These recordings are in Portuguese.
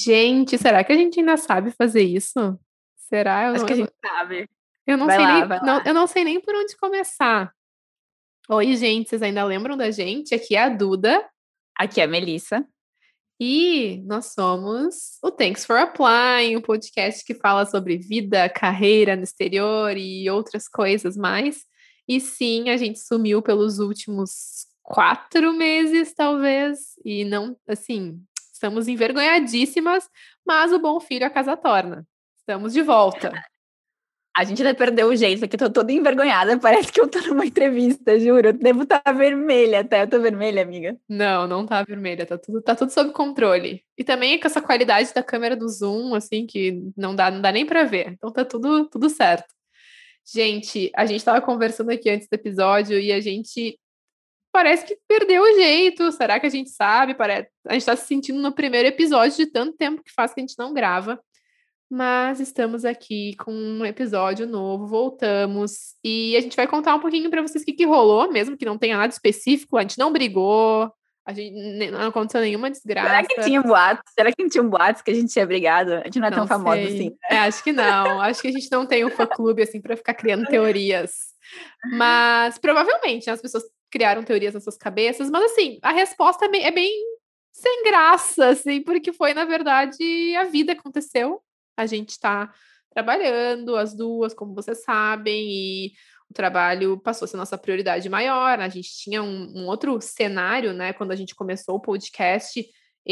Gente, será que a gente ainda sabe fazer isso? Será? Acho que a gente sabe. Eu não Vai sei lá, nem, vai lá. não, eu não sei nem por onde começar. Oi, gente, vocês ainda lembram da gente? Aqui é a Duda Aqui é a Melissa. e nós somos o Thanks for Applying, um podcast que fala sobre vida, carreira no exterior e outras coisas mais. E sim, a gente sumiu pelos últimos 4 meses, talvez, e não, assim, estamos envergonhadíssimas, mas o bom filho a casa torna. Estamos de volta. A gente ainda perdeu o jeito, porque eu tô toda envergonhada. Parece que eu tô numa entrevista, juro. Eu devo estar vermelha até. Eu tô vermelha, amiga. Não tá vermelha, tá tudo sob controle. E também com essa qualidade da câmera do Zoom, assim, que não dá nem pra ver. Então tá tudo certo. Gente, a gente tava conversando aqui antes do episódio e a gente parece que perdeu o jeito. Será que a gente sabe? A gente tá se sentindo no primeiro episódio de tanto tempo que faz que a gente não grava. Mas estamos aqui com um episódio novo, voltamos e a gente vai contar um pouquinho pra vocês o que rolou, mesmo que não tenha nada específico. A gente não brigou, a gente não aconteceu nenhuma Será que desgraça. tinha boatos? Será que não tinha boatos que a gente tinha brigado? A gente não é tão Não famosa sei. assim. Acho que não. Acho que a gente não tem um fã-clube assim pra ficar criando teorias. Mas provavelmente né, as pessoas criaram teorias nas suas cabeças, mas assim, a resposta é bem sem graça, assim, porque foi, na verdade, a vida aconteceu. A gente tá trabalhando, as duas, como vocês sabem, e o trabalho passou a ser nossa prioridade maior. A gente tinha um outro cenário, né? Quando a gente começou o podcast,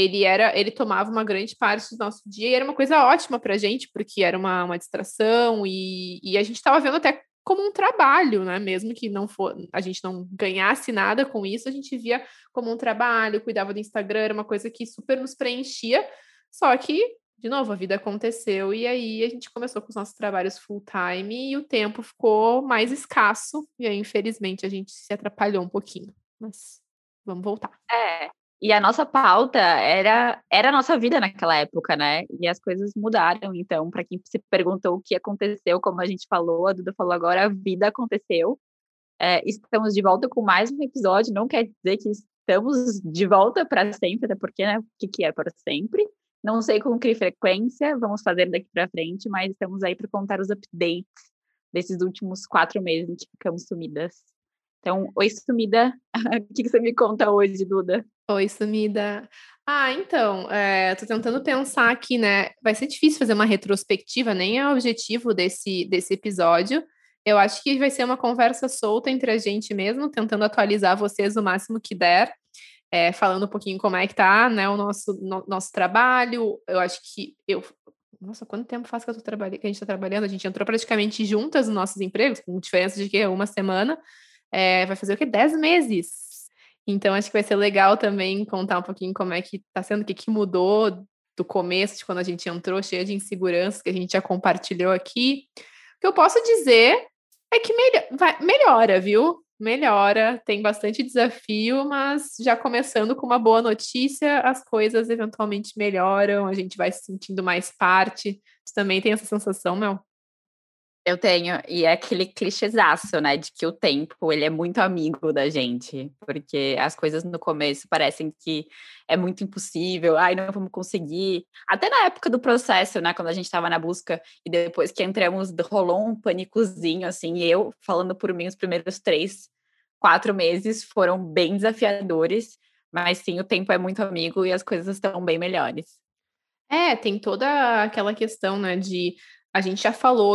ele tomava uma grande parte do nosso dia e era uma coisa ótima pra gente, porque era uma distração e a gente estava vendo até como um trabalho, né? Mesmo que não for, a gente não ganhasse nada com isso, a gente via como um trabalho, cuidava do Instagram, era uma coisa que super nos preenchia. Só que, de novo, a vida aconteceu e aí a gente começou com os nossos trabalhos full time e o tempo ficou mais escasso. E aí, infelizmente, a gente se atrapalhou um pouquinho. Mas vamos voltar. É. E a nossa pauta era a nossa vida naquela época, né? E as coisas mudaram. Então, para quem se perguntou o que aconteceu, como a gente falou, a Duda falou agora, a vida aconteceu. Estamos de volta com mais um episódio. Não quer dizer que estamos de volta para sempre, até porque, né? O que é para sempre? Não sei com que frequência vamos fazer daqui para frente, mas estamos aí para contar os updates desses últimos 4 meses em que ficamos sumidas. Então, oi, sumida. O que você me conta hoje, Duda? Oi, sumida. Então, tô tentando pensar aqui, né? Vai ser difícil fazer uma retrospectiva, nem é o objetivo desse episódio. Eu acho que vai ser uma conversa solta entre a gente mesmo, tentando atualizar vocês o máximo que der, falando um pouquinho como é que tá, né, o nosso trabalho. Eu acho que Nossa, quanto tempo faz que que a gente tá trabalhando? A gente entrou praticamente juntas nos nossos empregos, com diferença de que uma semana. Vai fazer o quê? 10 meses. Então, acho que vai ser legal também contar um pouquinho como é que tá sendo, o que que mudou do começo, de quando a gente entrou, cheia de inseguranças que a gente já compartilhou aqui. O que eu posso dizer é que melhora, viu? Melhora, tem bastante desafio, mas já começando com uma boa notícia, as coisas eventualmente melhoram, a gente vai se sentindo mais parte. Você também tem essa sensação, Mel? Eu tenho, e é aquele clichêzaço, né, de que o tempo, ele é muito amigo da gente, porque as coisas no começo parecem que é muito impossível, ai, não vamos conseguir. Até na época do processo, né, quando a gente estava na busca, e depois que entramos, rolou um pânicozinho, assim, e eu, falando por mim, os primeiros 3, 4 meses foram bem desafiadores, mas sim, o tempo é muito amigo e as coisas estão bem melhores. Tem toda aquela questão, né, de a gente já falou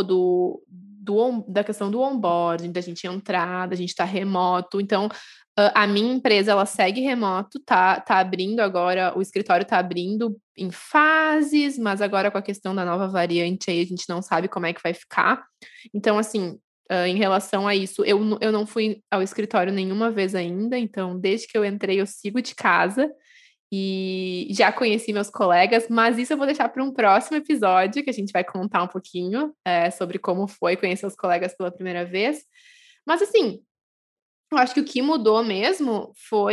da questão do onboarding, da gente entrar, da gente estar remoto. Então, a minha empresa ela segue remoto, tá abrindo agora, o escritório tá abrindo em fases, mas agora com a questão da nova variante aí a gente não sabe como é que vai ficar. Então, assim, em relação a isso, eu não fui ao escritório nenhuma vez ainda, então desde que eu entrei eu sigo de casa. E já conheci meus colegas, mas isso eu vou deixar para um próximo episódio, que a gente vai contar um pouquinho sobre como foi conhecer os colegas pela primeira vez. Mas assim, eu acho que o que mudou mesmo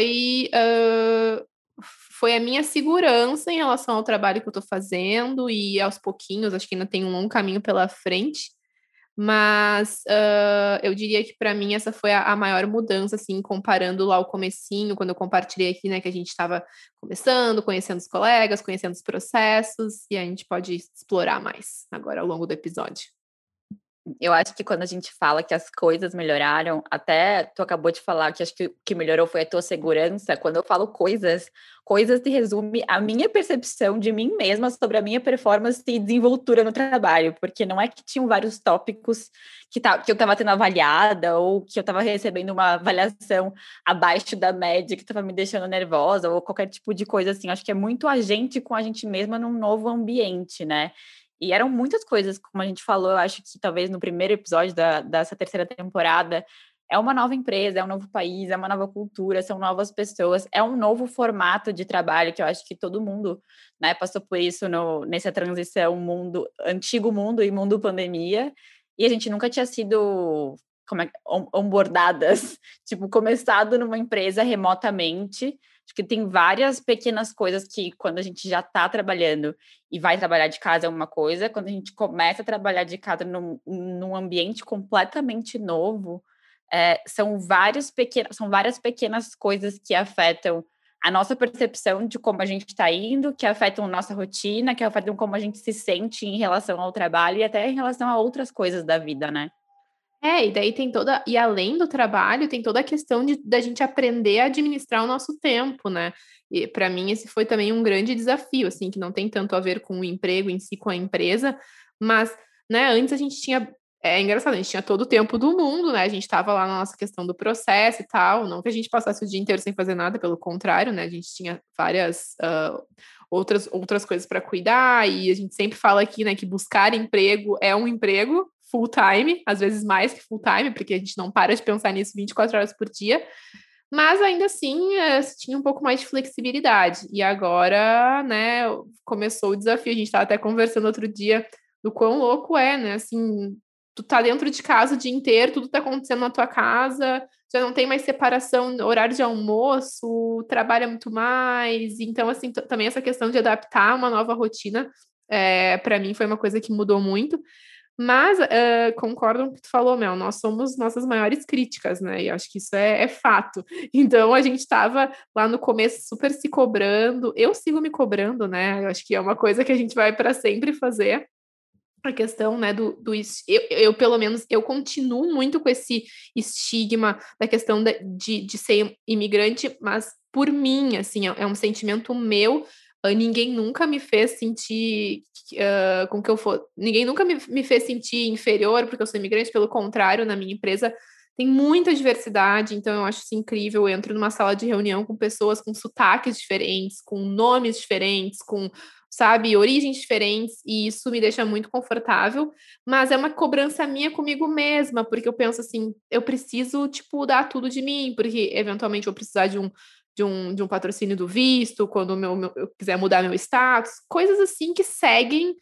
foi a minha segurança em relação ao trabalho que eu estou fazendo, e aos pouquinhos, acho que ainda tem um longo caminho pela frente. Mas eu diria que para mim essa foi a maior mudança, assim, comparando lá o comecinho, quando eu compartilhei aqui, né, que a gente estava começando, conhecendo os colegas, conhecendo os processos, e a gente pode explorar mais agora ao longo do episódio. Eu acho que quando a gente fala que as coisas melhoraram, até tu acabou de falar que acho que o que melhorou foi a tua segurança. Quando eu falo coisas se resume à minha percepção de mim mesma sobre a minha performance e desenvoltura no trabalho, porque não é que tinham vários tópicos que eu estava tendo avaliada ou que eu estava recebendo uma avaliação abaixo da média que estava me deixando nervosa ou qualquer tipo de coisa assim. Acho que é muito a gente com a gente mesma num novo ambiente, né? E eram muitas coisas, como a gente falou, eu acho que talvez no primeiro episódio dessa terceira temporada, é uma nova empresa, é um novo país, é uma nova cultura, são novas pessoas, é um novo formato de trabalho que eu acho que todo mundo, né, passou por isso nessa transição antigo mundo e mundo pandemia, e a gente nunca tinha sido onboardadas, tipo, começado numa empresa remotamente. Acho que tem várias pequenas coisas que quando a gente já está trabalhando e vai trabalhar de casa é uma coisa, quando a gente começa a trabalhar de casa num ambiente completamente novo, são várias pequenas coisas que afetam a nossa percepção de como a gente está indo, que afetam a nossa rotina, que afetam como a gente se sente em relação ao trabalho e até em relação a outras coisas da vida, né? E daí tem toda. E além do trabalho, tem toda a questão da gente aprender a administrar o nosso tempo, né? E para mim, esse foi também um grande desafio, assim, que não tem tanto a ver com o emprego em si, com a empresa, mas, né, antes a gente tinha. É engraçado, a gente tinha todo o tempo do mundo, né? A gente estava lá na nossa questão do processo e tal. Não que a gente passasse o dia inteiro sem fazer nada, pelo contrário, né? A gente tinha várias outras coisas para cuidar, e a gente sempre fala aqui, né, que buscar emprego é um emprego full time, às vezes mais que full time, porque a gente não para de pensar nisso 24 horas por dia, mas ainda assim tinha um pouco mais de flexibilidade. E agora, né, começou o desafio. A gente estava até conversando outro dia do quão louco é, né? Assim, tu tá dentro de casa o dia inteiro, tudo tá acontecendo na tua casa, já não tem mais separação, horário de almoço, trabalha muito mais. Então, assim, também essa questão de adaptar uma nova rotina, para mim foi uma coisa que mudou muito. Mas concordo com o que tu falou, Mel. Nós somos nossas maiores críticas, né? E acho que isso é fato. Então a gente estava lá no começo super se cobrando. Eu sigo me cobrando, né? Eu acho que é uma coisa que a gente vai para sempre fazer. A questão, né, eu, pelo menos, eu continuo muito com esse estigma da questão de ser imigrante, mas por mim, assim, é um sentimento meu. Ninguém nunca me fez sentir com que eu for. Ninguém nunca me fez sentir inferior porque eu sou imigrante, pelo contrário, na minha empresa tem muita diversidade, então eu acho isso incrível. Eu entro numa sala de reunião com pessoas com sotaques diferentes, com nomes diferentes, com, sabe, origens diferentes, e isso me deixa muito confortável, mas é uma cobrança minha comigo mesma, porque eu penso assim, eu preciso, tipo, dar tudo de mim, porque eventualmente eu vou precisar de um patrocínio do visto, quando eu quiser mudar meu status, coisas assim que seguem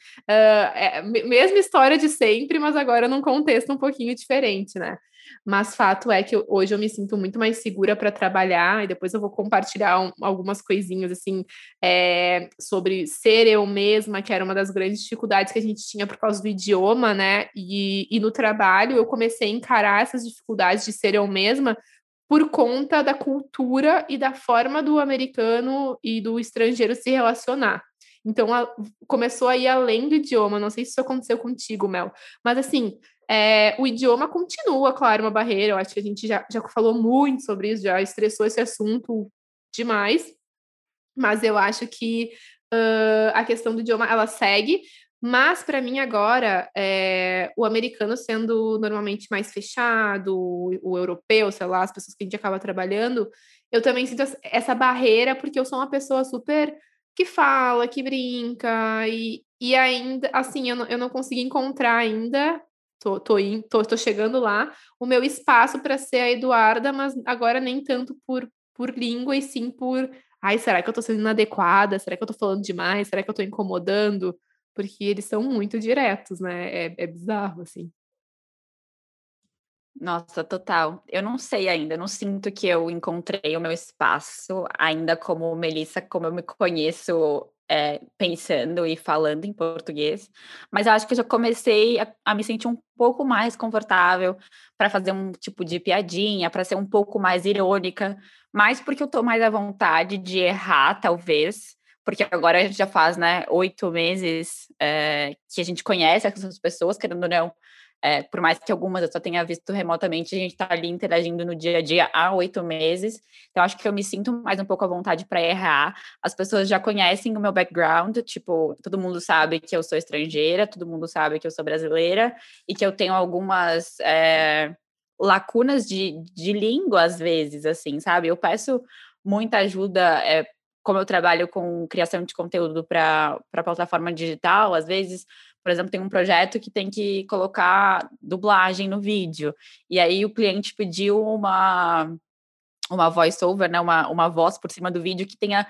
mesma história de sempre, mas agora num contexto um pouquinho diferente, né? Mas fato é que hoje eu me sinto muito mais segura para trabalhar, e depois eu vou compartilhar algumas coisinhas assim sobre ser eu mesma, que era uma das grandes dificuldades que a gente tinha por causa do idioma, né? E no trabalho eu comecei a encarar essas dificuldades de ser eu mesma por conta da cultura e da forma do americano e do estrangeiro se relacionar. Então, começou a ir além do idioma. Não sei se isso aconteceu contigo, Mel. Mas, assim, o idioma continua, claro, uma barreira. Eu acho que a gente já falou muito sobre isso, já estressou esse assunto demais. Mas eu acho que a questão do idioma, ela segue. Mas, para mim, agora, o americano sendo normalmente mais fechado, o europeu, sei lá, as pessoas que a gente acaba trabalhando, eu também sinto essa barreira, porque eu sou uma pessoa super que fala, que brinca, e ainda, assim, eu não consegui encontrar ainda, tô chegando lá, o meu espaço para ser a Eduarda, mas agora nem tanto por língua, e sim por, ai, será que eu tô sendo inadequada? Será que eu tô falando demais? Será que eu tô incomodando? Porque eles são muito diretos, né? É bizarro, assim. Nossa, total. Eu não sei ainda, não sinto que eu encontrei o meu espaço ainda como Melissa, como eu me conheço pensando e falando em português, mas eu acho que eu já comecei a me sentir um pouco mais confortável para fazer um tipo de piadinha, para ser um pouco mais irônica, mais porque eu tô mais à vontade de errar, talvez, porque agora a gente já faz, né, 8 meses que a gente conhece essas pessoas, querendo ou não, por mais que algumas eu só tenha visto remotamente, a gente está ali interagindo no dia a dia há 8 meses. Então, acho que eu me sinto mais um pouco à vontade para errar. As pessoas já conhecem o meu background, tipo, todo mundo sabe que eu sou estrangeira, todo mundo sabe que eu sou brasileira e que eu tenho algumas lacunas de língua, às vezes, assim, sabe? Eu peço muita ajuda. Como eu trabalho com criação de conteúdo para plataforma digital, às vezes, por exemplo, tem um projeto que tem que colocar dublagem no vídeo, e aí o cliente pediu uma voice-over, né, uma voz por cima do vídeo que tenha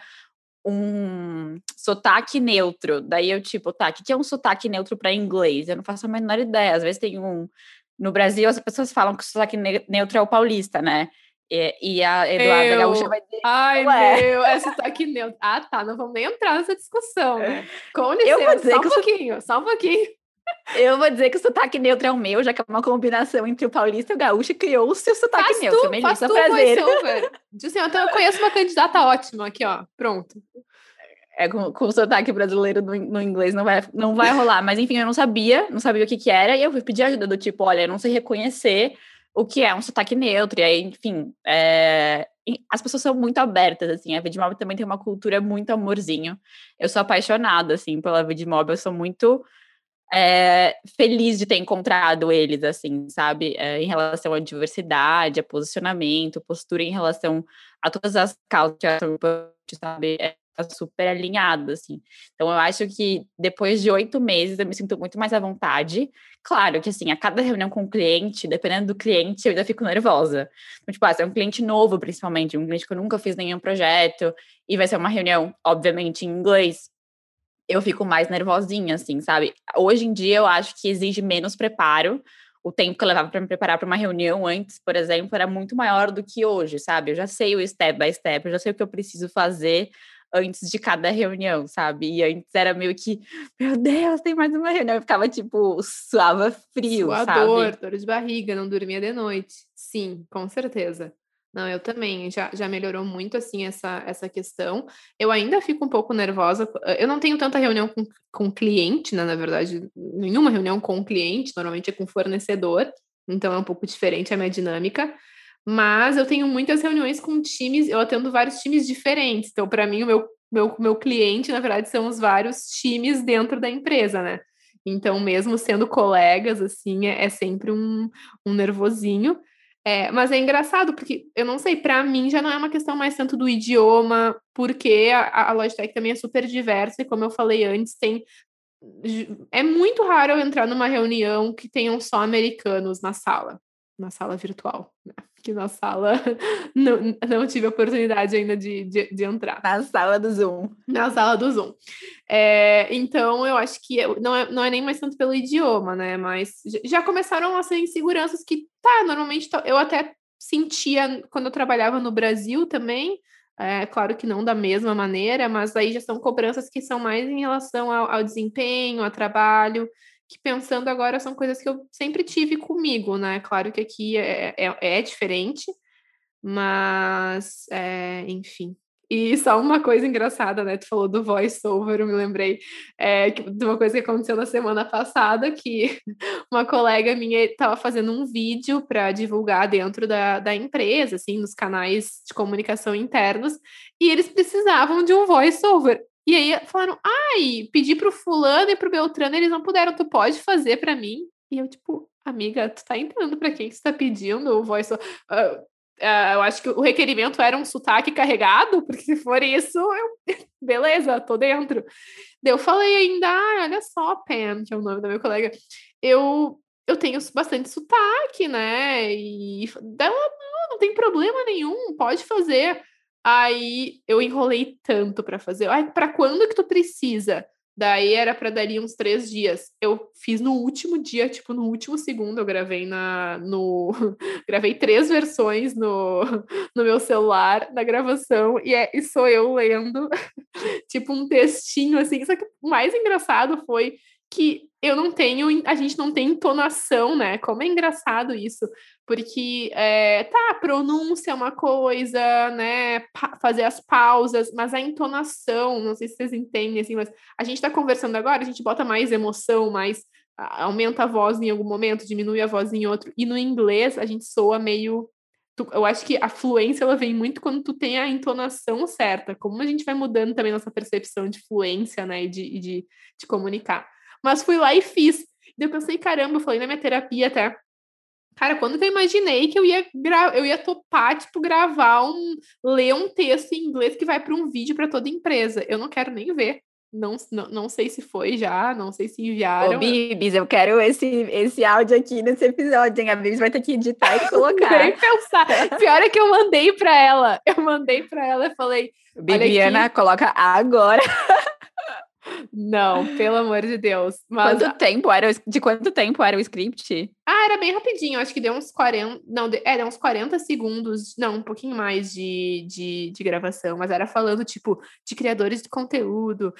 um sotaque neutro. Daí eu, tipo, tá, o que é um sotaque neutro para inglês? Eu não faço a menor ideia. Às vezes tem no Brasil, as pessoas falam que o sotaque neutro é o paulista, né? E a Eduarda Gaúcha vai dizer. Ai, meu, é sotaque neutro. Ah, tá, não vamos nem entrar nessa discussão, né? Com licença, só um pouquinho. Eu vou dizer que o sotaque neutro é o meu, já que é uma combinação entre o paulista e o gaúcho, criou o seu sotaque neutro. Faz tu prazer. Então, eu conheço uma candidata ótima aqui, ó. Pronto. Com o sotaque brasileiro no inglês não vai rolar. Mas, enfim, eu não sabia o que era, e eu fui pedir ajuda do tipo, olha, eu não sei reconhecer o que é um sotaque neutro. E aí, enfim, as pessoas são muito abertas, assim. A Vidmob também tem uma cultura muito amorzinho. Eu sou apaixonada, assim, pela Vidmob. Eu sou muito feliz de ter encontrado eles, assim, sabe? Em relação à diversidade, a posicionamento, postura em relação a todas as causas que são importantes, sabe? Tá super alinhado, assim. Então, eu acho que depois de 8 meses, eu me sinto muito mais à vontade. Claro que, assim, a cada reunião com o cliente, dependendo do cliente, eu ainda fico nervosa. Então, tipo, se é um cliente novo, principalmente, um cliente que eu nunca fiz nenhum projeto, e vai ser uma reunião, obviamente, em inglês, eu fico mais nervosinha, assim, sabe? Hoje em dia, eu acho que exige menos preparo. O tempo que eu levava para me preparar para uma reunião antes, por exemplo, era muito maior do que hoje, sabe? Eu já sei o step by step, eu já sei o que eu preciso fazer antes de cada reunião, sabe? E antes era meio que, meu Deus, tem mais uma reunião. Eu ficava, tipo, suava frio, sabe? Dor de barriga, não dormia de noite. Sim, com certeza. Não, eu também. Já melhorou muito, assim, essa questão. Eu ainda fico um pouco nervosa. Eu não tenho tanta reunião com cliente, né? Na verdade, nenhuma reunião com cliente. Normalmente é com fornecedor. Então, é um pouco diferente a minha dinâmica. Mas eu tenho muitas reuniões com times. Eu atendo vários times diferentes. Então, para mim, o meu cliente, na verdade, são os vários times dentro da empresa, né? Então, mesmo sendo colegas, assim, é sempre um nervosinho. Mas é engraçado, porque eu não sei, para mim já não é uma questão mais tanto do idioma, porque a Logitech também é super diversa, e como eu falei antes, é muito raro eu entrar numa reunião que tenham só americanos na sala virtual, né? Que na sala não tive a oportunidade ainda de entrar. Na sala do Zoom. Na sala do Zoom. Então, eu acho que não é nem mais tanto pelo idioma, né? Mas já começaram a ser inseguranças que, normalmente eu até sentia quando eu trabalhava no Brasil também. Claro que não da mesma maneira, mas aí já são cobranças que são mais em relação ao desempenho, ao trabalho, que pensando agora são coisas que eu sempre tive comigo, né? Claro que aqui é diferente, mas, enfim. E só uma coisa engraçada, né? Tu falou do voice-over, eu me lembrei de uma coisa que aconteceu na semana passada, que uma colega minha estava fazendo um vídeo para divulgar dentro da empresa, assim, nos canais de comunicação internos, e eles precisavam de um voice-over. E aí falaram, pedi pro fulano e pro Beltrano, eles não puderam, tu pode fazer para mim? E eu, tipo, amiga, tu tá entendendo para quem que você tá pedindo o voice-over? Eu acho que o requerimento era um sotaque carregado, porque se for isso, beleza, tô dentro. Daí eu falei ainda, olha só, Pam, que é o nome da minha colega, eu tenho bastante sotaque, né? E dela, não tem problema nenhum, pode fazer. Aí eu enrolei tanto para fazer. Para quando que tu precisa? Daí era pra dar uns 3 dias. Eu fiz no último dia, tipo, no último segundo, eu gravei gravei 3 versões no meu celular, na gravação, e sou eu lendo, tipo, um textinho, assim. Só que o mais engraçado foi que a gente não tem entonação, né? Como é engraçado isso, porque a pronúncia é uma coisa, né? Fazer as pausas, mas a entonação, não sei se vocês entendem, assim, mas a gente tá conversando agora, a gente bota mais emoção, mais aumenta a voz em algum momento, diminui a voz em outro, e no inglês a gente soa meio. Eu acho que a fluência ela vem muito quando tu tem a entonação certa, como a gente vai mudando também nossa percepção de fluência, né, e de comunicar. Mas fui lá e fiz. Daí eu pensei, caramba, eu falei na minha terapia até. Cara, quando que eu imaginei que eu ia topar, tipo, ler um texto em inglês que vai para um vídeo para toda empresa. Eu não quero nem ver. Não sei se foi já, não sei se enviaram. Ô, Bibis, eu quero esse áudio aqui nesse episódio, hein? A Bibis vai ter que editar e colocar. Nem pensar. Pior é que eu mandei para ela. E falei... Bibiana, coloca agora. Não, pelo amor de Deus. Mas... De quanto tempo era o script? Era bem rapidinho, acho que deu uns 40. Não, deu uns 40 segundos, não, um pouquinho mais de gravação, mas era falando, tipo, de criadores de conteúdo.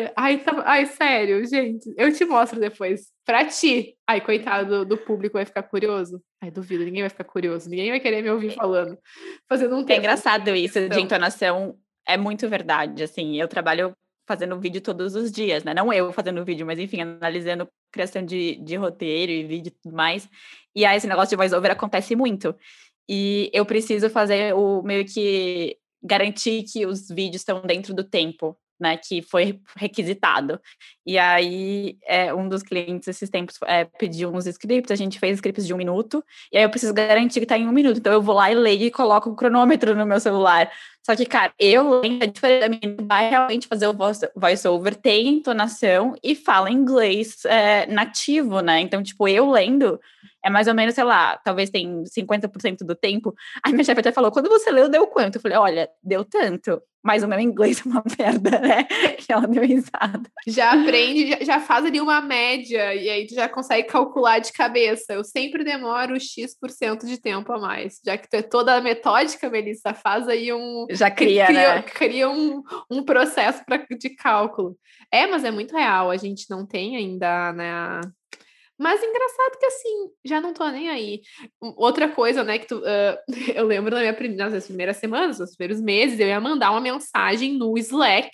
Ai, sério, gente, eu te mostro depois. Pra ti. Ai, coitado do público, vai ficar curioso. Ai, duvido, ninguém vai ficar curioso, ninguém vai querer me ouvir falando. Fazendo um É engraçado isso de entonação, é muito verdade, assim, eu trabalho fazendo vídeo todos os dias, né? Não eu fazendo vídeo, mas enfim, analisando criação de roteiro e vídeo e tudo mais. E aí esse negócio de voice-over acontece muito. E eu preciso fazer meio que garantir que os vídeos estão dentro do tempo, né? Que foi requisitado. E aí um dos clientes esses tempos pediu uns scripts, a gente fez scripts de 1 minuto, e aí eu preciso garantir que tá em 1 minuto. Então eu vou lá e leio e coloco o cronômetro no meu celular. Só que, cara, eu lendo, a diferença da minha vai realmente fazer o voice-over, tem entonação e fala inglês nativo, né? Então, tipo, eu lendo, é mais ou menos, sei lá, talvez tem 50% do tempo. Aí minha chefe até falou, quando você leu, deu quanto? Eu falei, olha, deu tanto. Mas o meu inglês é uma merda, né? E ela deu risada. Já aprende, já faz ali uma média, e aí tu já consegue calcular de cabeça. Eu sempre demoro X% de tempo a mais. Já que tu é toda metódica, Melissa, faz aí já cria, né? Cria um processo de cálculo. Mas é muito real, a gente não tem ainda, né? Mas engraçado que, assim, já não tô nem aí. Outra coisa, né, que eu lembro nas primeiras semanas, nos primeiros meses, eu ia mandar uma mensagem no Slack,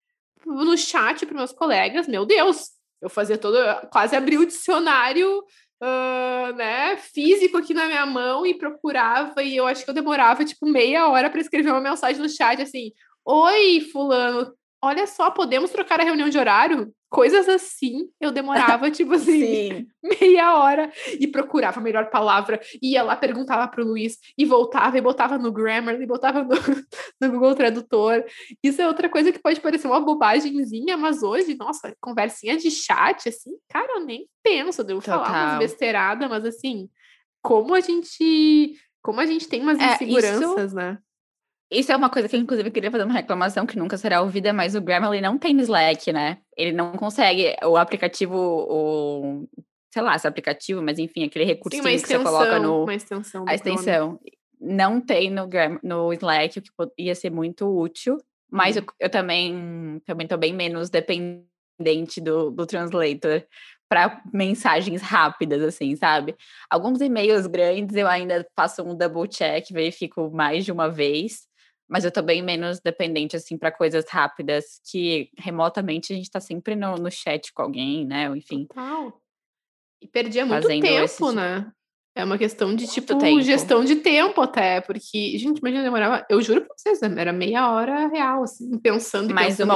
no chat para meus colegas. Meu Deus, eu fazia quase abri o dicionário, né, físico aqui na minha mão e procurava, e eu acho que eu demorava, tipo, meia hora para escrever uma mensagem no chat, assim, oi, fulano, olha só, podemos trocar a reunião de horário? Coisas assim, eu demorava, tipo assim, meia hora e procurava a melhor palavra, ia lá, perguntava pro Luiz e voltava e botava no Grammarly, botava no Google Tradutor. Isso é outra coisa que pode parecer uma bobagemzinha, mas hoje, nossa, conversinha de chat, assim, cara, eu nem penso, devo falar umas besteiradas, mas assim, como a gente tem umas inseguranças, né? Isso é uma coisa que eu, inclusive, queria fazer uma reclamação que nunca será ouvida, mas o Grammarly não tem Slack, né? Ele não consegue, o aplicativo, sei lá, esse aplicativo, mas enfim, aquele recursinho que você coloca uma extensão. A extensão. Não tem no Slack, o que ia ser muito útil, mas eu também tô bem menos dependente do translator para mensagens rápidas, assim, sabe? Alguns e-mails grandes eu ainda faço um double check, verifico mais de uma vez, mas eu tô bem menos dependente, assim, para coisas rápidas, que remotamente a gente tá sempre no chat com alguém, né? Ou, enfim. Total. E perdia muito tempo, né? É uma questão de, gestão de tempo até, porque, gente, imagina, demorava, eu juro pra vocês, era meia hora real, assim, pensando.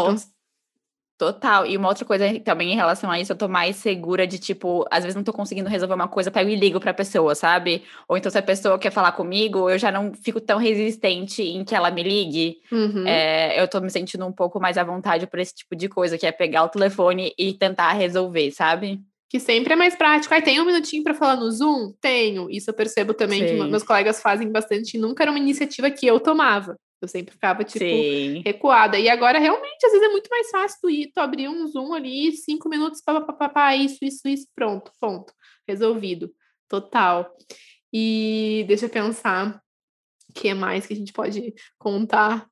Total. E uma outra coisa também em relação a isso, eu tô mais segura de, tipo, às vezes não tô conseguindo resolver uma coisa, pego e ligo pra pessoa, sabe? Ou então se a pessoa quer falar comigo, eu já não fico tão resistente em que ela me ligue. Eu tô me sentindo um pouco mais à vontade por esse tipo de coisa, que é pegar o telefone e tentar resolver, sabe? Que sempre é mais prático. Tem 1 minutinho pra falar no Zoom? Tenho. Isso eu percebo também que meus colegas fazem bastante, e nunca era uma iniciativa que eu tomava. Eu sempre ficava, tipo, Sim. recuada. E agora, realmente, às vezes é muito mais fácil tu abrir um Zoom ali, 5 minutos, isso, pronto, ponto. Resolvido. Total. E deixa eu pensar o que mais que a gente pode contar.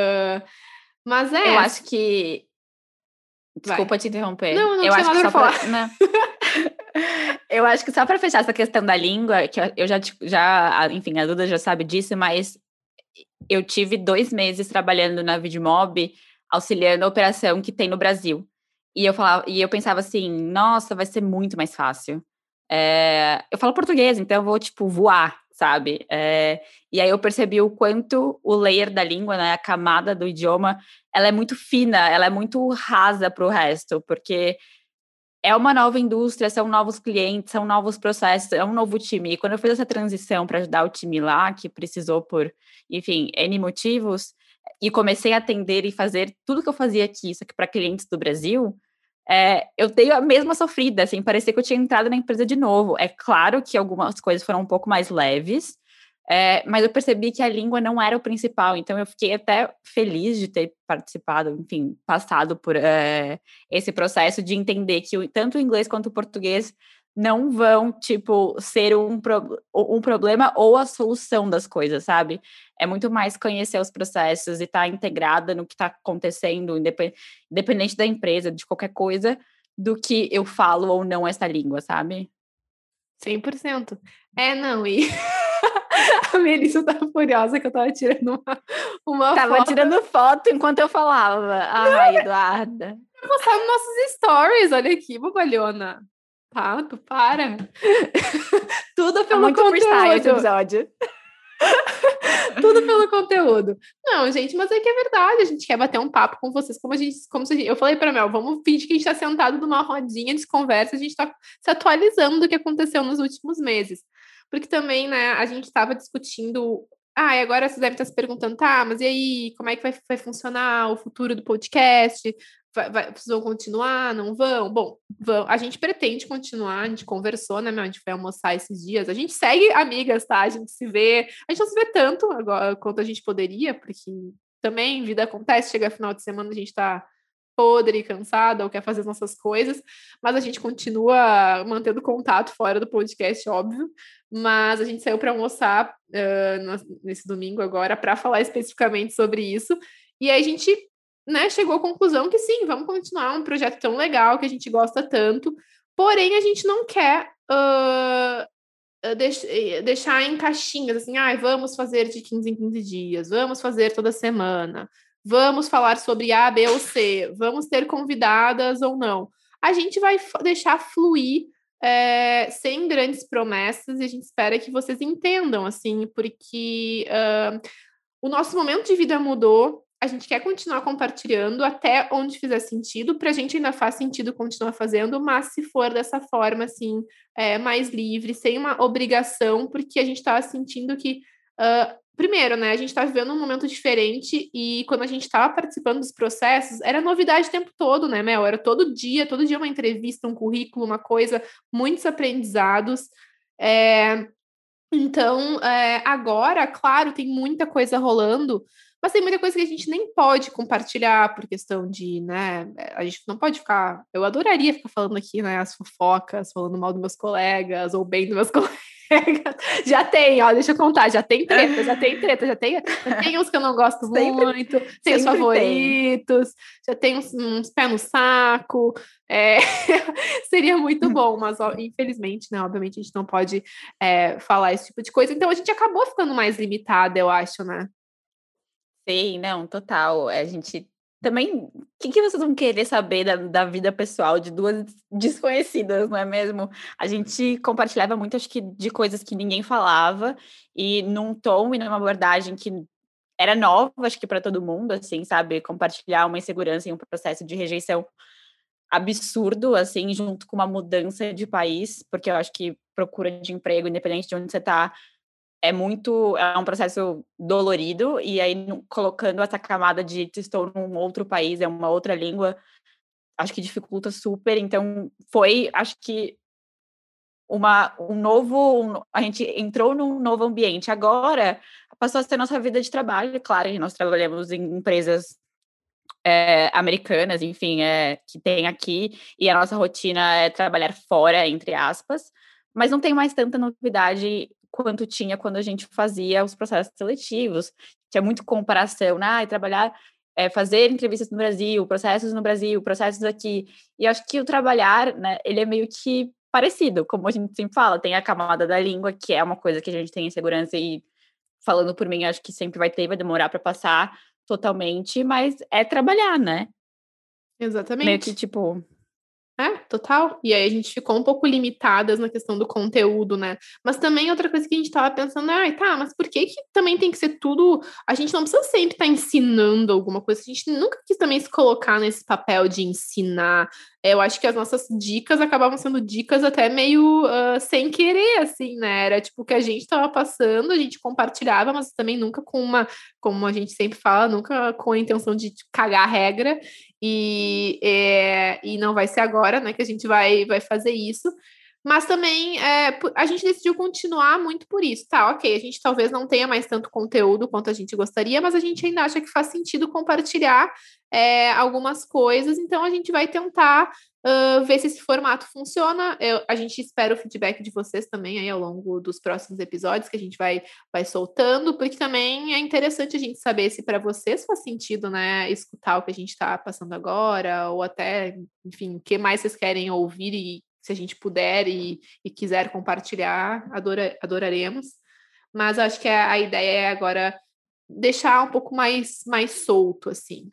Mas Eu acho que... Vai. Desculpa te interromper. Não Eu tinha acho que nada só pra falar. pra... Não. Eu acho que só para fechar essa questão da língua, que eu enfim, a Duda já sabe disso, mas eu tive 2 meses trabalhando na Vidmob, auxiliando a operação que tem no Brasil. E eu pensava assim, nossa, vai ser muito mais fácil. Eu falo português, então eu vou, tipo, voar, sabe? E aí eu percebi o quanto o layer da língua, né, a camada do idioma, ela é muito fina, ela é muito rasa para o resto, porque é uma nova indústria, são novos clientes, são novos processos, é um novo time. E quando eu fiz essa transição para ajudar o time lá, que precisou por, enfim, N motivos, e comecei a atender e fazer tudo que eu fazia aqui, só que para clientes do Brasil, eu tenho a mesma sofrida, assim, parecia que eu tinha entrado na empresa de novo. É claro que algumas coisas foram um pouco mais leves, mas eu percebi que a língua não era o principal, então eu fiquei até feliz de ter participado, enfim, passado por esse processo de entender que tanto o inglês quanto o português não vão, tipo, ser um problema ou a solução das coisas, sabe? É muito mais conhecer os processos e estar integrada no que está acontecendo, independente da empresa, de qualquer coisa, do que eu falo ou não essa língua, sabe? 100%. Não, e a Melissa tava furiosa que eu tava tirando uma Tava foto. tirando foto enquanto eu falava. Ai, Eduarda. Pra postar nos nossos stories, olha aqui, bobalhona. Tá, tu para. Tudo Tá pelo muito freestyle esse conteúdo. episódio. Tudo pelo conteúdo. Não, gente, mas é que é verdade. A gente quer bater um papo com vocês, como se eu falei pra Mel, vamos fingir que a gente tá sentado numa rodinha de conversa, a gente tá se atualizando do que aconteceu nos últimos meses. Porque também, né, a gente estava discutindo. E agora vocês devem estar se perguntando, tá, mas e aí, como é que vai funcionar o futuro do podcast? Vocês vão continuar? Não vão? Bom, vão. A gente pretende continuar, a gente conversou, né, meu? A gente foi almoçar esses dias. A gente segue amigas, tá? A gente se vê. A gente não se vê tanto agora quanto a gente poderia, porque também vida acontece, chega final de semana, a gente tá podre, cansada, ou quer fazer as nossas coisas, mas a gente continua mantendo contato fora do podcast, óbvio. Mas a gente saiu para almoçar nesse domingo agora para falar especificamente sobre isso. E aí a gente, né, chegou à conclusão que sim, vamos continuar um projeto tão legal que a gente gosta tanto, porém a gente não quer deixar em caixinhas, assim, vamos fazer de 15 em 15 dias, vamos fazer toda semana, vamos falar sobre A, B ou C, vamos ter convidadas ou não. A gente vai deixar fluir sem grandes promessas e a gente espera que vocês entendam, assim, porque o nosso momento de vida mudou, a gente quer continuar compartilhando até onde fizer sentido, para a gente ainda faz sentido continuar fazendo, mas se for dessa forma, assim, mais livre, sem uma obrigação, porque a gente estava sentindo que, primeiro, né, a gente está vivendo um momento diferente e quando a gente estava participando dos processos, era novidade o tempo todo, né, Mel? Era todo dia uma entrevista, um currículo, uma coisa, muitos aprendizados. Então, agora, claro, tem muita coisa rolando, mas tem muita coisa que a gente nem pode compartilhar por questão de, né? A gente não pode ficar. Eu adoraria ficar falando aqui, né? As fofocas, falando mal dos meus colegas ou bem dos meus colegas. Já tem, ó, deixa eu contar, já tem treta, já tem uns que eu não gosto muito, tem os favoritos, já tem uns pés no saco. Seria muito bom, mas ó, infelizmente, né? Obviamente a gente não pode falar esse tipo de coisa, então a gente acabou ficando mais limitada, eu acho, né? Sim, não, total. A gente também. O que vocês vão querer saber da vida pessoal de duas desconhecidas, não é mesmo? A gente compartilhava muito, acho que, de coisas que ninguém falava, e num tom e numa abordagem que era nova, acho que para todo mundo, assim, sabe? Compartilhar uma insegurança e um processo de rejeição absurdo, assim, junto com uma mudança de país, porque eu acho que procura de emprego, independente de onde você está, é um processo dolorido, e aí colocando essa camada de estou num outro país, é uma outra língua, acho que dificulta super, então acho que a gente entrou num novo ambiente. Agora, passou a ser nossa vida de trabalho. Claro que nós trabalhamos em empresas americanas, enfim, que tem aqui, e a nossa rotina é trabalhar fora, entre aspas, mas não tem mais tanta novidade quanto tinha quando a gente fazia os processos seletivos. Tinha muito comparação, né? Trabalhar, fazer entrevistas no Brasil, processos aqui. E acho que o trabalhar, né, ele é meio que parecido, como a gente sempre fala, tem a camada da língua, que é uma coisa que a gente tem insegurança e, falando por mim, acho que sempre vai demorar para passar totalmente, mas é trabalhar, né? Meio que, Exatamente. tipo, Total. E aí a gente ficou um pouco limitadas na questão do conteúdo, né? Mas também outra coisa que a gente tava pensando, tá, mas por que também tem que ser tudo. A gente não precisa sempre estar ensinando alguma coisa. A gente nunca quis também se colocar nesse papel de ensinar. Eu acho que as nossas dicas acabavam sendo dicas até meio sem querer, assim, né? Era tipo o que a gente tava passando, a gente compartilhava, mas também nunca com como a gente sempre fala, nunca com a intenção de cagar a regra. E não vai ser agora, né, que a gente vai fazer isso. Mas também a gente decidiu continuar muito por isso. Tá, ok, a gente talvez não tenha mais tanto conteúdo quanto a gente gostaria, mas a gente ainda acha que faz sentido compartilhar algumas coisas, então a gente vai tentar ver se esse formato funciona. A gente espera o feedback de vocês também aí ao longo dos próximos episódios que a gente vai soltando, porque também é interessante a gente saber se para vocês faz sentido, né, escutar o que a gente está passando agora, ou até, enfim, o que mais vocês querem ouvir e se a gente puder e quiser compartilhar, adoraremos. Mas acho que a ideia é agora deixar um pouco mais solto, assim.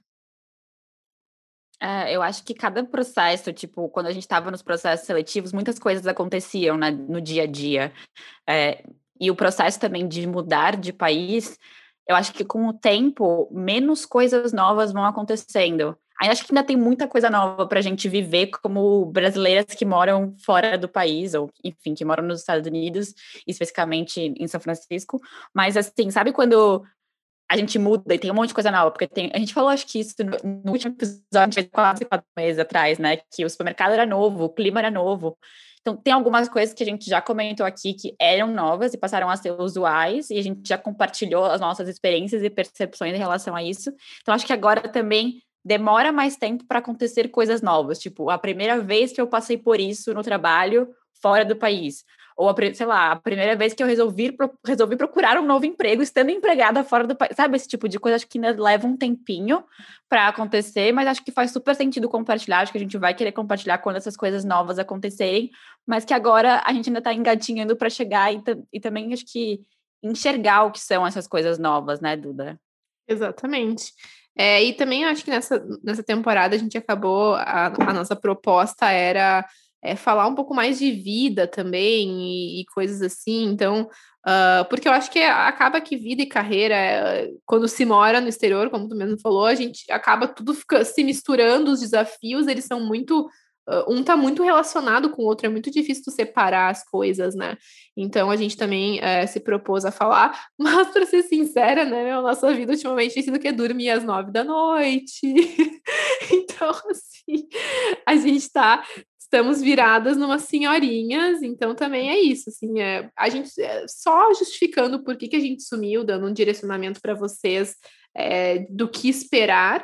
Eu acho que cada processo, tipo, quando a gente estava nos processos seletivos, muitas coisas aconteciam, né, no dia a dia. E o processo também de mudar de país, eu acho que com o tempo, menos coisas novas vão acontecendo. Aí acho que ainda tem muita coisa nova para a gente viver como brasileiras que moram fora do país, ou enfim, que moram nos Estados Unidos, especificamente em São Francisco. Mas assim, sabe quando a gente muda e tem um monte de coisa nova, porque a gente falou, acho que isso no último episódio, quase 4 meses atrás, né? Que o supermercado era novo, o clima era novo. Então, tem algumas coisas que a gente já comentou aqui que eram novas e passaram a ser usuais, e a gente já compartilhou as nossas experiências e percepções em relação a isso. Então, acho que agora também demora mais tempo para acontecer coisas novas. Tipo, a primeira vez que eu passei por isso no trabalho fora do país. Ou, sei lá, a primeira vez que eu resolvi procurar um novo emprego, estando empregada fora do país. Sabe, esse tipo de coisa, acho que ainda leva um tempinho para acontecer, mas acho que faz super sentido compartilhar. Acho que a gente vai querer compartilhar quando essas coisas novas acontecerem, mas que agora a gente ainda está engatinhando para chegar e também acho que enxergar o que são essas coisas novas, né, Duda? Exatamente. E também acho que nessa temporada a gente acabou, a nossa proposta era falar um pouco mais de vida também e coisas assim. Então, porque eu acho que acaba que vida e carreira, quando se mora no exterior, como tu mesmo falou, a gente acaba tudo se misturando, os desafios, eles são muito. Um tá muito relacionado com o outro, é muito difícil tu separar as coisas, né? Então a gente também se propôs a falar, mas para ser sincera, né, a nossa vida ultimamente tem sido que dormir às 9 da noite. Então, assim, a gente estamos viradas numas senhorinhas, então também é isso, assim, a gente só justificando por que a gente sumiu, dando um direcionamento para vocês do que esperar.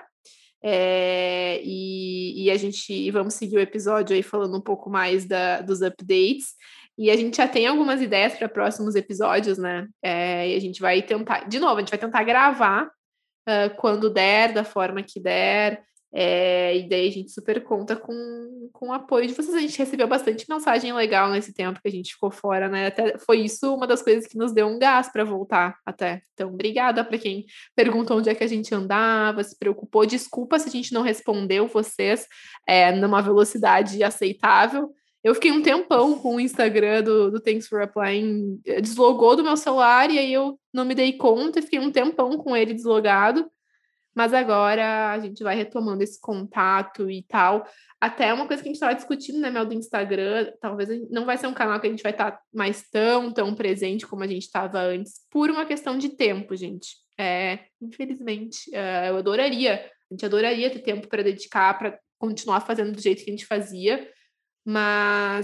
E a gente vamos seguir o episódio aí falando um pouco mais dos updates. E a gente já tem algumas ideias para próximos episódios, né? E a gente vai tentar, de novo, a gente vai tentar gravar quando der, da forma que der. E daí a gente super conta com o apoio de vocês. A gente recebeu bastante mensagem legal nesse tempo que a gente ficou fora, né? Até foi isso uma das coisas que nos deu um gás para voltar até. Então, obrigada para quem perguntou onde é que a gente andava, se preocupou. Desculpa se a gente não respondeu vocês numa velocidade aceitável. Eu fiquei um tempão com o Instagram do Thanks for Applying, deslogou do meu celular e aí eu não me dei conta e fiquei um tempão com ele deslogado. Mas agora a gente vai retomando esse contato e tal. Até uma coisa que a gente estava discutindo, né, Mel, do Instagram, talvez não vai ser um canal que a gente vai estar mais tão presente como a gente estava antes, por uma questão de tempo, gente. Infelizmente, eu adoraria, a gente adoraria ter tempo para dedicar, para continuar fazendo do jeito que a gente fazia, mas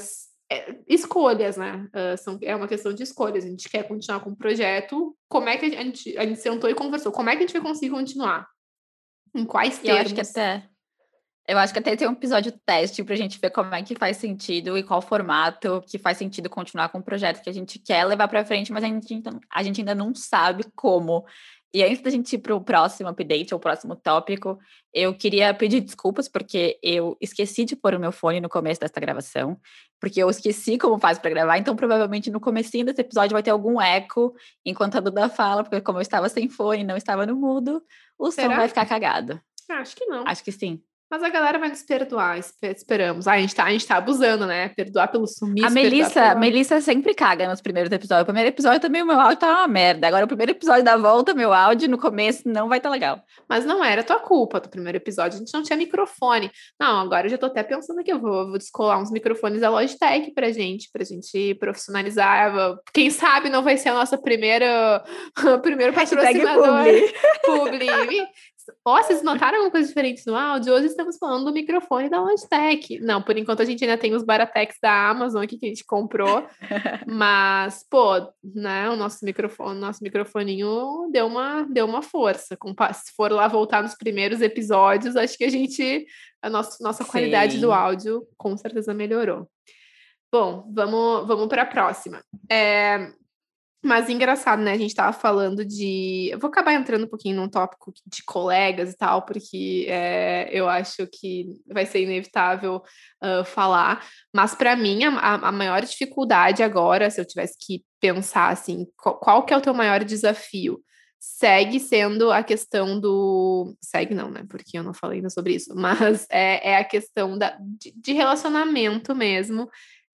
escolhas, né? É uma questão de escolhas. A gente quer continuar com o projeto. Como é que a gente sentou e conversou? Como é que a gente vai conseguir continuar? Em quais E termos? eu acho que até tem um episódio teste pra gente ver como é que faz sentido e qual formato que faz sentido continuar com o projeto que a gente quer levar pra frente, mas a gente ainda não sabe como. E antes da gente ir pro próximo update ou próximo tópico, eu queria pedir desculpas porque eu esqueci de pôr o meu fone no começo dessa gravação, porque eu esqueci como faz pra gravar, então provavelmente no comecinho desse episódio vai ter algum eco enquanto a Duda fala, porque como eu estava sem fone, não estava no mudo, o som vai Será? ficar cagado. Acho que não. Acho que sim. Mas a galera vai nos perdoar, esperamos. A gente tá abusando, né? Perdoar pelo A sumiço, perdoar pela... Melissa sempre caga nos primeiros episódios. O primeiro episódio também o meu áudio tá uma merda. Agora o primeiro episódio da volta, meu áudio no começo não vai estar legal. Mas não era tua culpa do primeiro episódio, a gente não tinha microfone. Não, agora eu já tô até pensando que eu vou descolar uns microfones da Logitech pra gente profissionalizar. Quem sabe não vai ser a nossa primeira primeiro patrocinador. Publi. Ó, vocês notaram alguma coisa diferente no áudio? Hoje estamos falando do microfone da Logitech. Não, por enquanto a gente ainda tem os Baratex da Amazon aqui que a gente comprou. Mas, pô, né, o nosso microfoninho deu uma força. Se for lá voltar nos primeiros episódios, acho que a nossa qualidade do áudio com certeza melhorou. Bom, vamos para a próxima. Mas engraçado, né? A gente tava falando de... Eu vou acabar entrando um pouquinho num tópico de colegas e tal, porque eu acho que vai ser inevitável falar. Mas para mim, a maior dificuldade agora, se eu tivesse que pensar assim, qual que é o teu maior desafio? Segue sendo a questão do... Segue não, né? Porque eu não falei ainda sobre isso. Mas é a questão de relacionamento mesmo.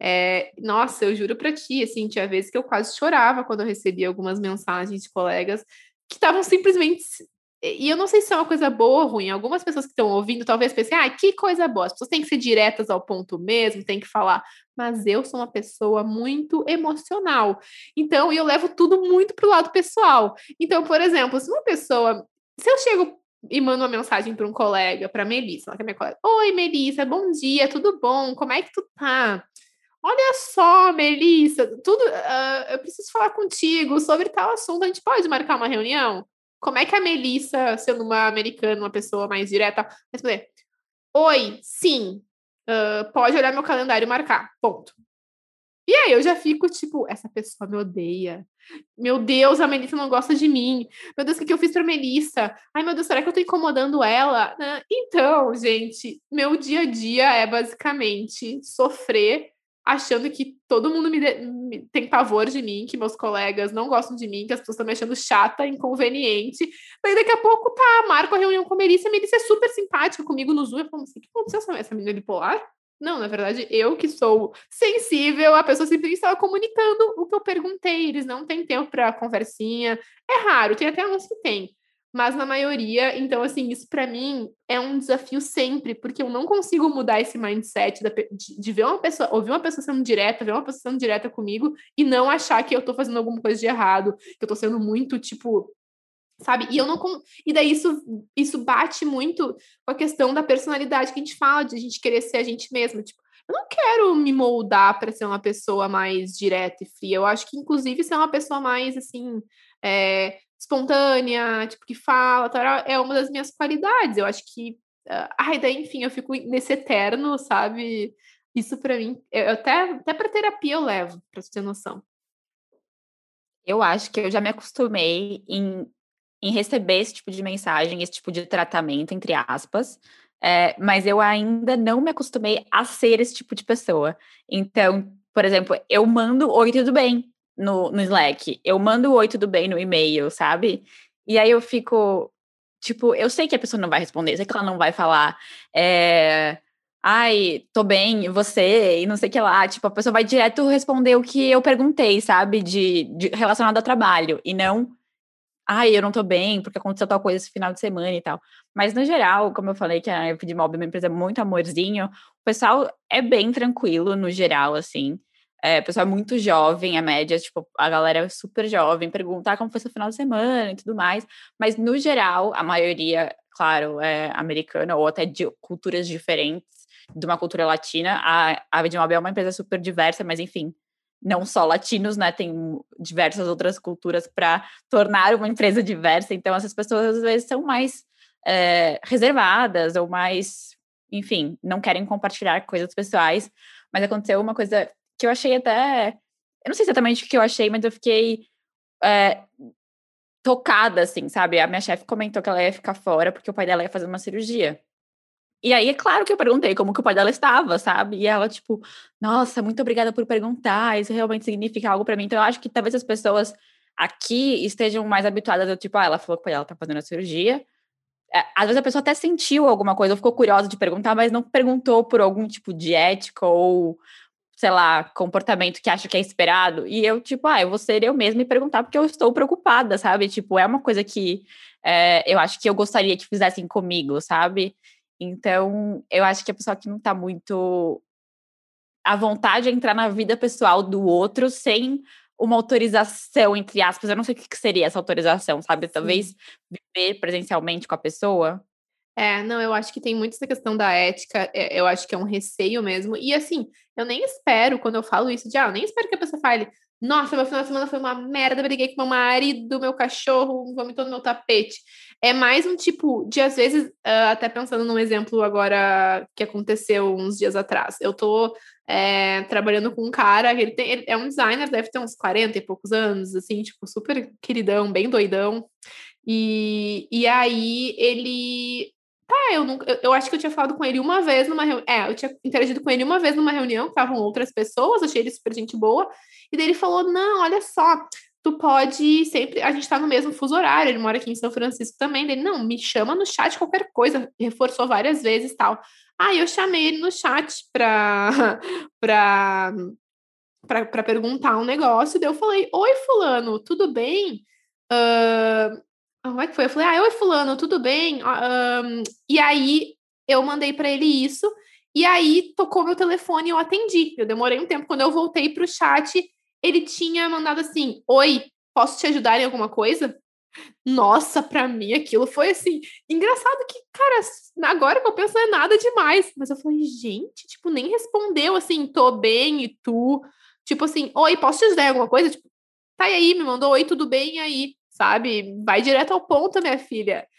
Nossa, eu juro pra ti, assim, tinha vezes que eu quase chorava quando eu recebia algumas mensagens de colegas que estavam simplesmente... E eu não sei se é uma coisa boa ou ruim. Algumas pessoas que estão ouvindo talvez pensem, que coisa boa. As pessoas têm que ser diretas ao ponto mesmo, têm que falar. Mas eu sou uma pessoa muito emocional. Então, eu levo tudo muito pro lado pessoal. Então, por exemplo, se uma pessoa... Se eu chego e mando uma mensagem para um colega, para Melissa, ela que é minha colega. Oi, Melissa, bom dia, tudo bom? Como é que tu tá? Olha só, Melissa, eu preciso falar contigo sobre tal assunto. A gente pode marcar uma reunião? Como é que a Melissa, sendo uma americana, uma pessoa mais direta, responder? Oi, sim, pode olhar meu calendário e marcar. Ponto. E aí eu já fico tipo, essa pessoa me odeia. Meu Deus, a Melissa não gosta de mim. Meu Deus, o que eu fiz pra Melissa? Ai, meu Deus, será que eu tô incomodando ela? Então, gente, meu dia a dia é basicamente sofrer achando que todo mundo tem pavor de mim, que meus colegas não gostam de mim, que as pessoas estão me achando chata, inconveniente. Daí daqui a pouco marco a reunião com a Melissa é super simpática comigo no Zoom. Eu falo assim, o que aconteceu essa menina bipolar? Não, na verdade, eu que sou sensível, a pessoa simplesmente estava comunicando o que eu perguntei. Eles não têm tempo para conversinha. É raro, tem até uns que tem. Mas na maioria, então, assim, isso para mim é um desafio sempre, porque eu não consigo mudar esse mindset de ver uma pessoa, ouvir uma pessoa sendo direta, ver uma pessoa sendo direta comigo e não achar que eu tô fazendo alguma coisa de errado, que eu tô sendo muito, tipo, sabe? E eu não e daí isso bate muito com a questão da personalidade que a gente fala, de a gente querer ser a gente mesma, tipo, eu não quero me moldar para ser uma pessoa mais direta e fria. Eu acho que inclusive ser uma pessoa mais assim, espontânea, tipo que fala, tal, é uma das minhas qualidades. Eu acho que daí enfim, eu fico nesse eterno, sabe? Isso para mim, eu até para terapia eu levo, para você ter noção. Eu acho que eu já me acostumei em receber esse tipo de mensagem, esse tipo de tratamento, entre aspas, mas eu ainda não me acostumei a ser esse tipo de pessoa. Então, por exemplo, eu mando oi, tudo bem no Slack, eu mando oi, tudo bem no e-mail, sabe? E aí eu fico, tipo, eu sei que a pessoa não vai responder, eu sei que ela não vai falar, ai, tô bem, e você? E não sei o que lá. Tipo, a pessoa vai direto responder o que eu perguntei, sabe? De relacionado ao trabalho. E não, ai, eu não tô bem, porque aconteceu tal coisa esse final de semana e tal. Mas, no geral, como eu falei que a Epidmob é uma empresa muito amorzinho, o pessoal é bem tranquilo, no geral, assim. O pessoal é muito jovem, a média, tipo, a galera é super jovem, perguntar como foi seu final de semana e tudo mais. Mas, no geral, a maioria, claro, é americana ou até de culturas diferentes. de uma cultura latina. A Vidmob é uma empresa super diversa, mas enfim, não só latinos, né? Tem diversas outras culturas para tornar uma empresa diversa. Então, essas pessoas às vezes são mais reservadas ou mais, enfim, não querem compartilhar coisas pessoais. Mas aconteceu uma coisa que eu achei até... Eu não sei exatamente o que eu achei, mas eu fiquei tocada, assim, sabe? A minha chefe comentou que ela ia ficar fora porque o pai dela ia fazer uma cirurgia. E aí, é claro que eu perguntei como que o pai dela estava, sabe? E ela, tipo, nossa, muito obrigada por perguntar, isso realmente significa algo pra mim. Então, eu acho que talvez as pessoas aqui estejam mais habituadas, tipo, ela falou que o pai dela tá fazendo a cirurgia. Às vezes a pessoa até sentiu alguma coisa, ou ficou curiosa de perguntar, mas não perguntou por algum tipo de ética ou, sei lá, comportamento que acha que é esperado. E eu, tipo, eu vou ser eu mesma e perguntar porque eu estou preocupada, sabe? Tipo, é uma coisa que eu acho que eu gostaria que fizessem comigo, sabe? Então, eu acho que a pessoa que não tá muito à vontade de entrar na vida pessoal do outro sem uma autorização, entre aspas. Eu não sei o que seria essa autorização, sabe? Talvez viver presencialmente com a pessoa. Não, eu acho que tem muito essa questão da ética, eu acho que é um receio mesmo. E assim, eu nem espero, quando eu falo isso, eu nem espero que a pessoa fale, nossa, meu final de semana foi uma merda, briguei com meu marido, meu cachorro vomitou no meu tapete. É mais um tipo de, às vezes, até pensando num exemplo agora que aconteceu uns dias atrás. Eu tô trabalhando com um cara, ele é um designer, deve ter uns 40 e poucos anos, assim, tipo, super queridão, bem doidão. E aí ele eu acho que eu tinha falado com ele uma vez numa reunião. Eu tinha interagido com ele uma vez numa reunião, que estavam outras pessoas, achei ele super gente boa. E daí ele falou: Não, olha só, tu pode sempre. A gente tá no mesmo fuso horário, ele mora aqui em São Francisco também. Dele, não, me chama no chat qualquer coisa. Reforçou várias vezes e tal. Aí eu chamei ele no chat pra, pra perguntar um negócio. Daí eu falei: Oi, Fulano, tudo bem? Como é que foi? Eu falei, oi, fulano, tudo bem? E aí eu mandei para ele isso, e aí tocou meu telefone e eu atendi. Eu demorei um tempo. Quando eu voltei pro chat, ele tinha mandado assim: Oi, posso te ajudar em alguma coisa? Nossa, pra mim aquilo foi assim, engraçado que, cara, agora que eu penso não é nada demais. Mas eu falei, gente, tipo, nem respondeu assim, tô bem, e tu? Tipo assim, oi, posso te ajudar em alguma coisa? Tipo, tá, e aí, me mandou oi, tudo bem, e aí, sabe? Vai direto ao ponto, minha filha.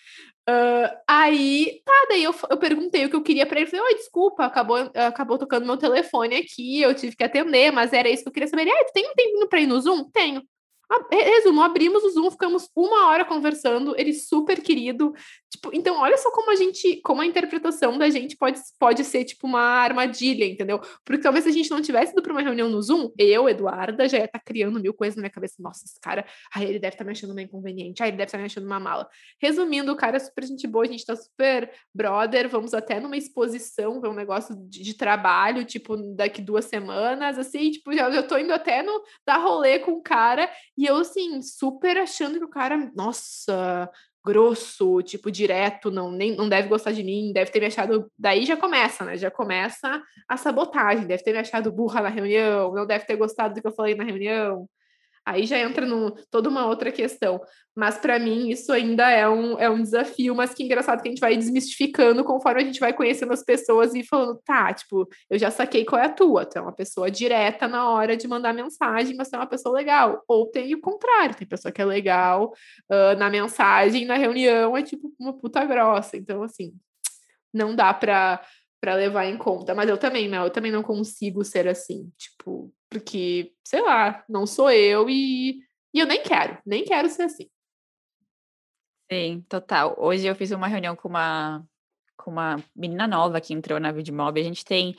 Aí, tá, daí eu perguntei o que eu queria pra ele. Falei, oi, desculpa, acabou tocando meu telefone aqui, eu tive que atender, mas era isso que eu queria saber. Ele, tu tem um tempinho pra ir no Zoom? Tenho. Resumo, abrimos o Zoom, ficamos uma hora conversando, ele super querido. Tipo, então, olha só como a interpretação da gente pode ser, tipo, uma armadilha, entendeu? Porque talvez se a gente não tivesse ido pra uma reunião no Zoom, eu, Eduarda, já ia estar criando mil coisas na minha cabeça. Nossa, esse cara, ele deve estar me achando meio inconveniente, ele deve estar me achando uma mala. Resumindo, o cara é super gente boa, a gente tá super brother, vamos até numa exposição, ver um negócio de trabalho, tipo, daqui 2 semanas, assim, tipo, já tô indo até no dar rolê com o cara. E eu, assim, super achando que o cara, nossa, grosso, tipo, direto, não deve gostar de mim, deve ter me achado. Daí já começa, né? Já começa a sabotagem, deve ter me achado burra na reunião, não deve ter gostado do que eu falei na reunião. Aí já entra toda uma outra questão. Mas para mim isso ainda é um desafio, mas que engraçado que a gente vai desmistificando conforme a gente vai conhecendo as pessoas e falando, tá, tipo, eu já saquei qual é a tua. Tu é uma pessoa direta na hora de mandar mensagem, mas tu é uma pessoa legal. Ou tem o contrário, tem pessoa que é legal na mensagem, na reunião é tipo uma puta grossa. Então, assim, não dá para levar em conta. Mas eu também não consigo ser assim, tipo, porque, sei lá, não sou eu e eu nem quero ser assim. Sim, total. Hoje eu fiz uma reunião com uma menina nova que entrou na Vidmob. A gente tem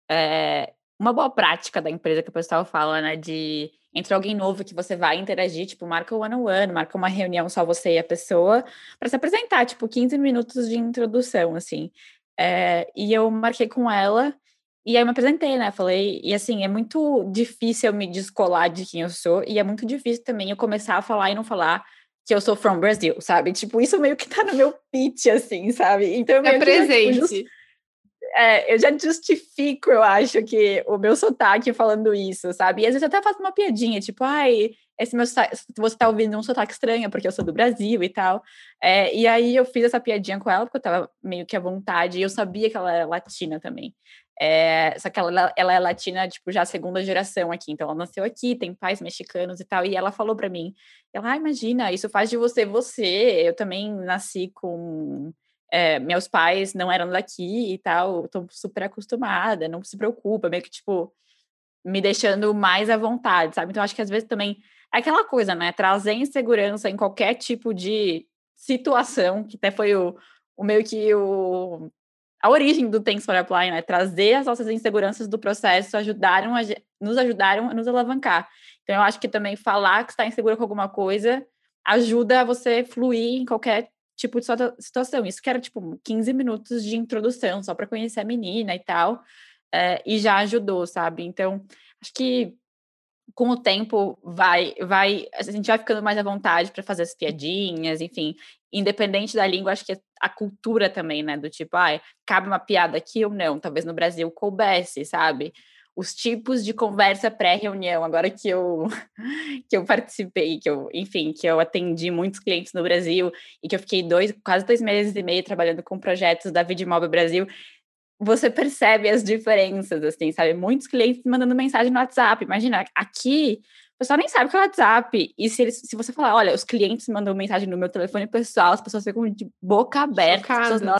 uma boa prática da empresa que o pessoal fala, né? De entra alguém novo que você vai interagir, tipo, marca o one-on-one, marca uma reunião só você e a pessoa, para se apresentar, tipo, 15 minutos de introdução, assim. E eu marquei com ela. E aí eu me apresentei, né? Falei, e assim, é muito difícil eu me descolar de quem eu sou, e é muito difícil também eu começar a falar e não falar que eu sou from Brazil, sabe? Tipo, isso meio que tá no meu pitch, assim, sabe? Então eu É meio que já, tipo, presente. eu já justifico, eu acho, que o meu sotaque falando isso, sabe? E às vezes eu até faço uma piadinha, tipo, ai, esse meu sotaque, você tá ouvindo um sotaque estranho, porque eu sou do Brasil e tal. E aí eu fiz essa piadinha com ela, porque eu tava meio que à vontade, e eu sabia que ela era latina também. Só que ela é latina, tipo, já segunda geração aqui. Então, ela nasceu aqui, tem pais mexicanos e tal. E ela falou pra mim, imagina, isso faz de você você. Eu também nasci com... meus pais não eram daqui e tal. Tô super acostumada, não se preocupa. Meio que, tipo, me deixando mais à vontade, sabe? Então, acho que às vezes também... É aquela coisa, né? Trazer insegurança em qualquer tipo de situação, que até foi o meio que a origem do Thanks for Apply, né? Trazer as nossas inseguranças do processo nos ajudaram a nos alavancar. Então, eu acho que também falar que está insegura com alguma coisa ajuda você fluir em qualquer tipo de situação. Isso que era, tipo, 15 minutos de introdução, só para conhecer a menina e tal, e já ajudou, sabe? Então, acho que com o tempo a gente vai ficando mais à vontade para fazer as piadinhas, enfim, independente da língua, acho que a cultura também, né, do tipo, cabe uma piada aqui ou não, talvez no Brasil coubesse, sabe? Os tipos de conversa pré-reunião, agora que eu que eu participei, que eu atendi muitos clientes no Brasil e que eu fiquei quase 2 meses e meio trabalhando com projetos da Vidmob Brasil, você percebe as diferenças, assim, sabe? Muitos clientes mandando mensagem no WhatsApp. Imagina, aqui, o pessoal nem sabe o que é o WhatsApp. E se você falar, olha, os clientes mandam mensagem no meu telefone pessoal, as pessoas ficam de boca aberta, as pessoas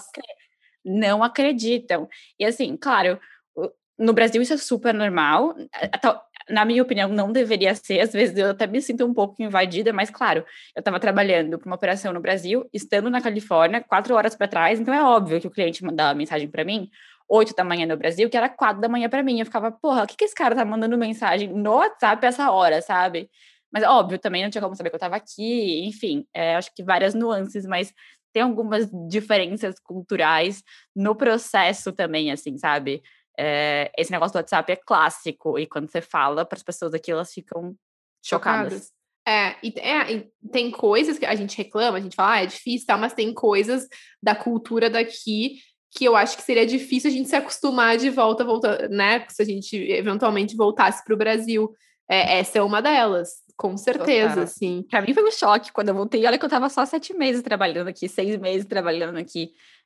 não acreditam. E assim, claro, no Brasil isso é super normal. Na minha opinião, não deveria ser. Às vezes eu até me sinto um pouco invadida, mas claro, eu estava trabalhando para uma operação no Brasil, estando na Califórnia, 4 horas para trás, então é óbvio que o cliente mandava mensagem para mim 8 da manhã no Brasil, que era 4 da manhã para mim. Eu ficava, porra, o que esse cara tá mandando mensagem no WhatsApp essa hora, sabe? Mas óbvio, também não tinha como saber que eu estava aqui, enfim, acho que várias nuances, mas tem algumas diferenças culturais no processo também, assim, sabe? Esse negócio do WhatsApp é clássico, e quando você fala para as pessoas aqui, elas ficam chocadas. E tem coisas que a gente reclama, a gente fala, é difícil, tá? Mas tem coisas da cultura daqui que eu acho que seria difícil a gente se acostumar de volta, né? Se a gente eventualmente voltasse para o Brasil. Essa é uma delas, com certeza, Total. assim. Pra mim foi um choque quando eu voltei. Olha que eu tava só 7 meses trabalhando aqui, 6 meses trabalhando aqui.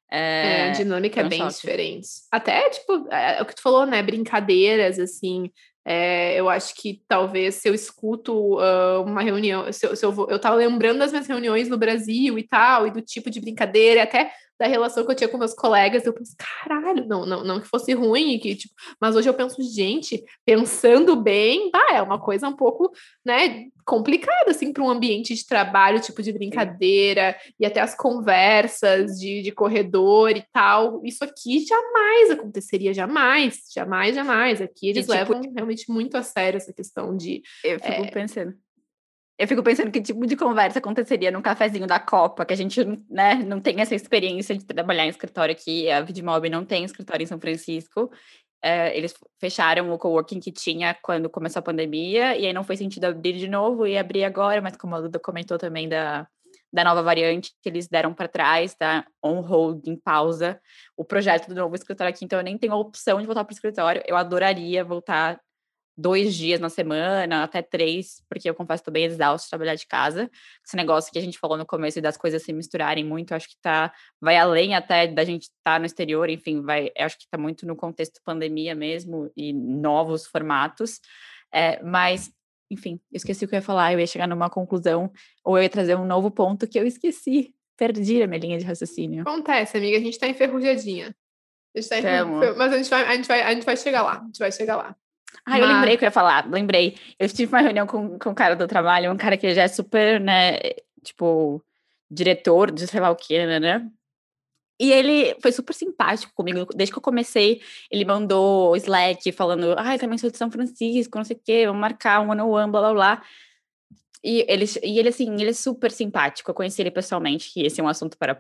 A dinâmica é bem choque. diferente. Até, tipo, o que tu falou, né? Brincadeiras, assim. Eu acho que talvez se eu escuto uma reunião, eu tava lembrando das minhas reuniões no Brasil e tal, e do tipo de brincadeira, até da relação que eu tinha com meus colegas, eu penso, caralho, não que fosse ruim, tipo, mas hoje eu penso, gente, pensando bem, é uma coisa um pouco, né, complicada, assim, para um ambiente de trabalho, tipo de brincadeira, e até as conversas de corredor e tal, isso aqui jamais aconteceria, jamais. Aqui eles levam realmente muito a sério essa questão de... Eu fico pensando que tipo de conversa aconteceria num cafezinho da Copa, que a gente, né, não tem essa experiência de trabalhar em escritório aqui. A Vidmob não tem escritório em São Francisco. Eles fecharam o coworking que tinha quando começou a pandemia, e aí não fez sentido abrir de novo, e abrir agora, mas como a Duda comentou também da nova variante, que eles deram para trás, tá on hold, em pausa, o projeto do novo escritório aqui, então eu nem tenho a opção de voltar para o escritório. Eu adoraria voltar 2 dias na semana, até 3, porque eu confesso que tô bem exausto de trabalhar de casa. Esse negócio que a gente falou no começo das coisas se misturarem muito, acho que vai além até da gente estar no exterior, enfim, acho que tá muito no contexto pandemia mesmo e novos formatos. Mas, enfim, eu esqueci o que eu ia falar, eu ia chegar numa conclusão, ou eu ia trazer um novo ponto que eu esqueci. Perdi a minha linha de raciocínio. Acontece, amiga, a gente tá enferrujadinha. Mas a gente vai chegar lá, Eu lembrei o que eu ia falar, lembrei. Eu tive uma reunião com o cara do trabalho, um cara que já é super, né, tipo, diretor de sei lá o quê, né? E ele foi super simpático comigo, desde que eu comecei, ele mandou Slack falando, também sou de São Francisco, não sei o quê, vamos marcar um one-on-one, blá, blá, blá. E ele, assim, ele é super simpático, eu conheci ele pessoalmente, que esse é um assunto para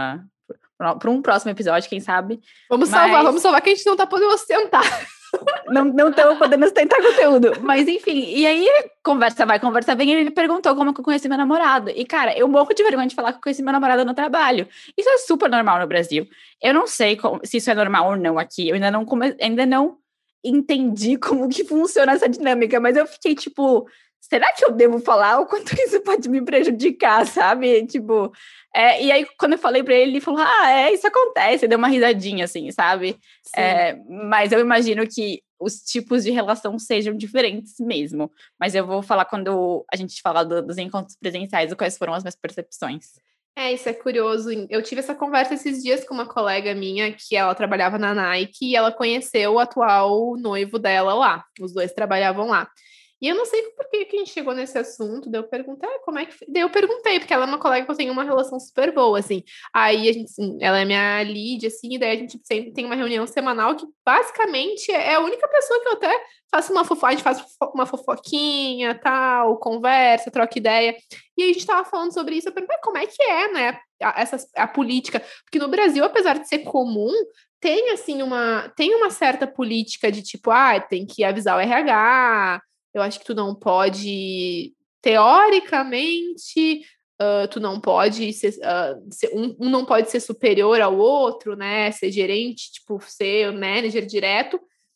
um próximo episódio, quem sabe. Vamos salvar que a gente não tá podendo ostentar. Não estamos podendo sustentar conteúdo. Mas, enfim, e aí, conversa vai, conversa vem, e ele perguntou como que eu conheci meu namorado. E, cara, eu morro de vergonha de falar que eu conheci meu namorado no trabalho. Isso é super normal no Brasil. Eu não sei se isso é normal ou não aqui. Eu ainda não entendi como que funciona essa dinâmica, mas eu fiquei, tipo, será que eu devo falar o quanto isso pode me prejudicar, sabe? Tipo, e aí quando eu falei pra ele falou, isso acontece, deu uma risadinha, assim, sabe? Mas eu imagino que os tipos de relação sejam diferentes mesmo. Mas eu vou falar quando a gente falar dos encontros presenciais, quais foram as minhas percepções. Isso é curioso. Eu tive essa conversa esses dias com uma colega minha, que ela trabalhava na Nike, e ela conheceu o atual noivo dela lá. Os dois trabalhavam lá. E eu não sei por que a gente chegou nesse assunto, daí eu perguntei, como é que... Daí eu perguntei, porque ela é uma colega que eu tenho uma relação super boa, assim. Aí a gente, assim, ela é minha lead, assim, e daí a gente sempre tem uma reunião semanal que basicamente é a única pessoa que eu até faço uma fofoca, a gente faz uma fofoquinha, tal, conversa, troca ideia. E a gente tava falando sobre isso, eu perguntei, como é que é, né, a política? Porque no Brasil, apesar de ser comum, tem, assim, tem uma certa política de tipo, tem que avisar o RH, eu acho que tu não pode, teoricamente, tu não pode ser, um não pode ser superior ao outro, né? Ser gerente, tipo, ser manager direto.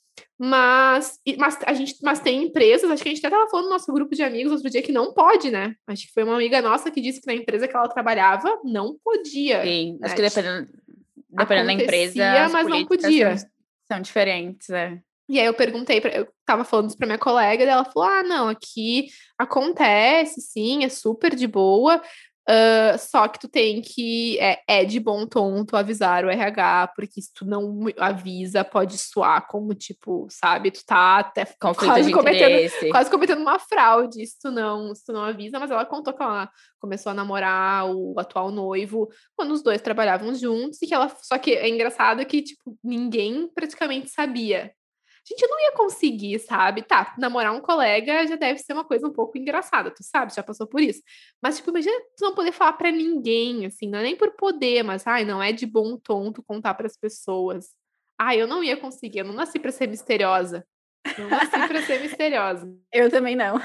Mas tem empresas, acho que a gente até estava falando no nosso grupo de amigos outro dia que não pode, né? Acho que foi uma amiga nossa que disse que na empresa que ela trabalhava não podia. Sim, né? Acho que dependendo da empresa, as mas não podia. São diferentes, E aí eu perguntei, eu tava falando isso pra minha colega, e ela falou, não, aqui acontece, sim, é super de boa, só que tu tem que, é de bom tom tu avisar o RH, porque se tu não avisa, pode soar como, tipo, sabe, tu tá até quase cometendo uma fraude se tu não avisa, mas ela contou que ela começou a namorar o atual noivo quando os dois trabalhavam juntos, e que só que é engraçado que, tipo, ninguém praticamente sabia. A gente não ia conseguir, sabe? Tá, namorar um colega já deve ser uma coisa um pouco engraçada, tu sabe? Já passou por isso. Mas, tipo, imagina tu não poder falar pra ninguém, assim, não é nem por poder, mas, não é de bom tom tu contar pras pessoas. Eu não ia conseguir, eu não nasci pra ser misteriosa. Não nasci pra ser misteriosa. Eu também não.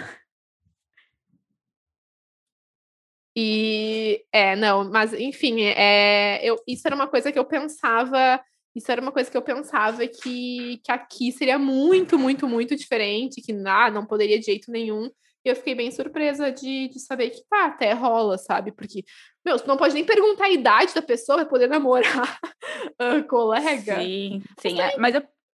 Não, mas enfim, isso era uma coisa que eu pensava. Isso era uma coisa que eu pensava que aqui seria muito, muito, muito diferente, que não poderia de jeito nenhum. E eu fiquei bem surpresa de saber que até rola, sabe? Porque, tu não pode nem perguntar a idade da pessoa pra poder namorar a colega. Sim. Mas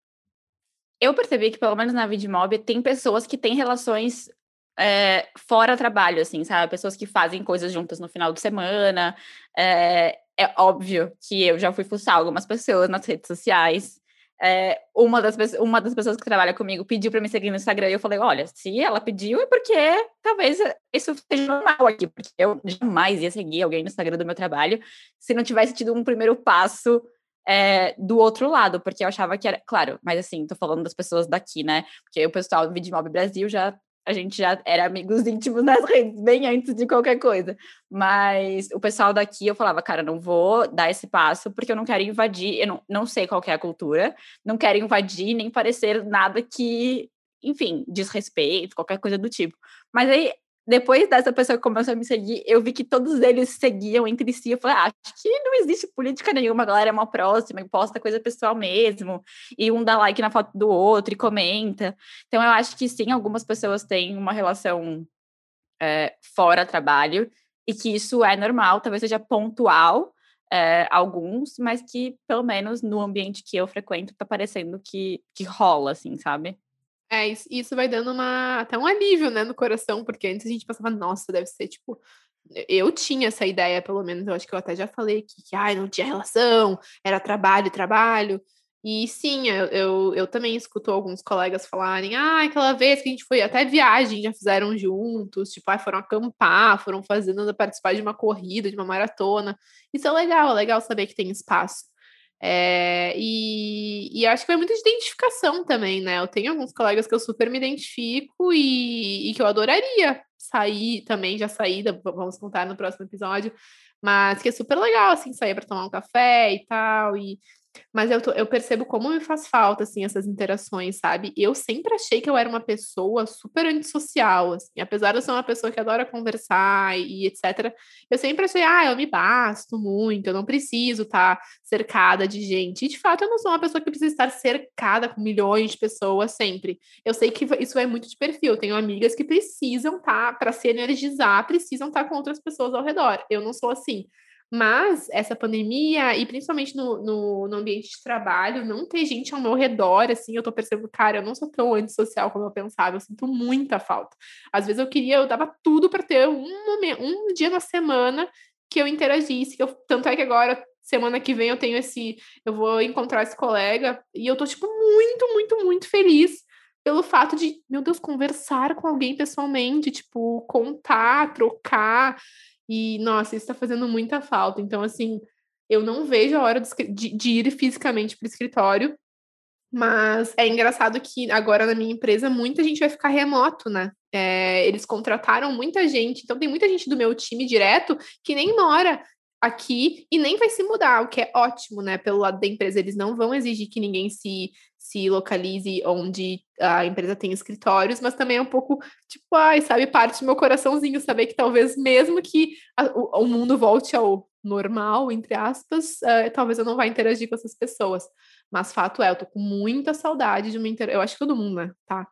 eu percebi que, pelo menos na Vidmob, tem pessoas que têm relações fora trabalho, assim, sabe? Pessoas que fazem coisas juntas no final de semana. É óbvio que eu já fui fuçar algumas pessoas nas redes sociais. Uma das pessoas que trabalha comigo pediu para me seguir no Instagram e eu falei, olha, se ela pediu é porque talvez isso seja normal aqui, porque eu jamais ia seguir alguém no Instagram do meu trabalho se não tivesse tido um primeiro passo do outro lado, porque eu achava que era, claro, mas assim, tô falando das pessoas daqui, né, porque o pessoal do Vidmob Brasil a gente já era amigos íntimos nas redes, bem antes de qualquer coisa. Mas o pessoal daqui, eu falava, cara, não vou dar esse passo, porque eu não quero invadir, eu não sei qual que é a cultura, não quero invadir, nem parecer nada que, enfim, desrespeito, qualquer coisa do tipo. Mas aí, depois dessa pessoa que começou a me seguir, eu vi que todos eles seguiam entre si. Eu falei, acho que não existe política nenhuma, a galera é uma próxima e posta coisa pessoal mesmo, e um dá like na foto do outro e comenta. Então, eu acho que sim, algumas pessoas têm uma relação fora trabalho, e que isso é normal, talvez seja pontual, alguns, mas que, pelo menos no ambiente que eu frequento, tá parecendo que rola, assim, sabe? Isso vai dando até um alívio, né, no coração, porque antes a gente pensava, nossa, deve ser tipo. Eu tinha essa ideia, pelo menos, eu acho que eu até já falei que não tinha relação, era trabalho, trabalho. E sim, eu também escuto alguns colegas falarem, aquela vez que a gente foi até viagem, já fizeram juntos, tipo, foram acampar, foram participar de uma corrida, de uma maratona. Isso é legal saber que tem espaço. E acho que vai muito de identificação também, né? Eu tenho alguns colegas que eu super me identifico e que eu adoraria sair também, já saí, vamos contar no próximo episódio, mas que é super legal, assim, sair para tomar um café e tal, Mas eu percebo como me faz falta, assim, essas interações, sabe? Eu sempre achei que eu era uma pessoa super antissocial, assim. Apesar de eu ser uma pessoa que adora conversar e etc., eu sempre achei, eu me basto muito, eu não preciso estar cercada de gente. E, de fato, eu não sou uma pessoa que precisa estar cercada com milhões de pessoas sempre. Eu sei que isso é muito de perfil. Eu tenho amigas que precisam estar, para se energizar, precisam estar com outras pessoas ao redor. Eu não sou assim. Mas essa pandemia, e principalmente no ambiente de trabalho, não ter gente ao meu redor, assim, eu tô percebendo, cara, eu não sou tão antissocial como eu pensava, eu sinto muita falta. Às vezes eu dava tudo para ter um dia na semana que eu interagisse, tanto é que agora, semana que vem, eu vou encontrar esse colega, e eu tô, tipo, muito, muito, muito feliz pelo fato de, meu Deus, conversar com alguém pessoalmente, tipo, contar, trocar. E, nossa, isso tá fazendo muita falta. Então, assim, eu não vejo a hora de ir fisicamente para o escritório, mas é engraçado que agora na minha empresa muita gente vai ficar remoto, né? Eles contrataram muita gente, então tem muita gente do meu time direto que nem mora aqui e nem vai se mudar, o que é ótimo, né? Pelo lado da empresa, eles não vão exigir que ninguém se localize onde a empresa tem escritórios, mas também é um pouco tipo, sabe, parte do meu coraçãozinho saber que talvez mesmo que o mundo volte ao normal, entre aspas, talvez eu não vá interagir com essas pessoas. Mas fato é, eu tô com muita saudade de uma eu acho que todo mundo, né, tá?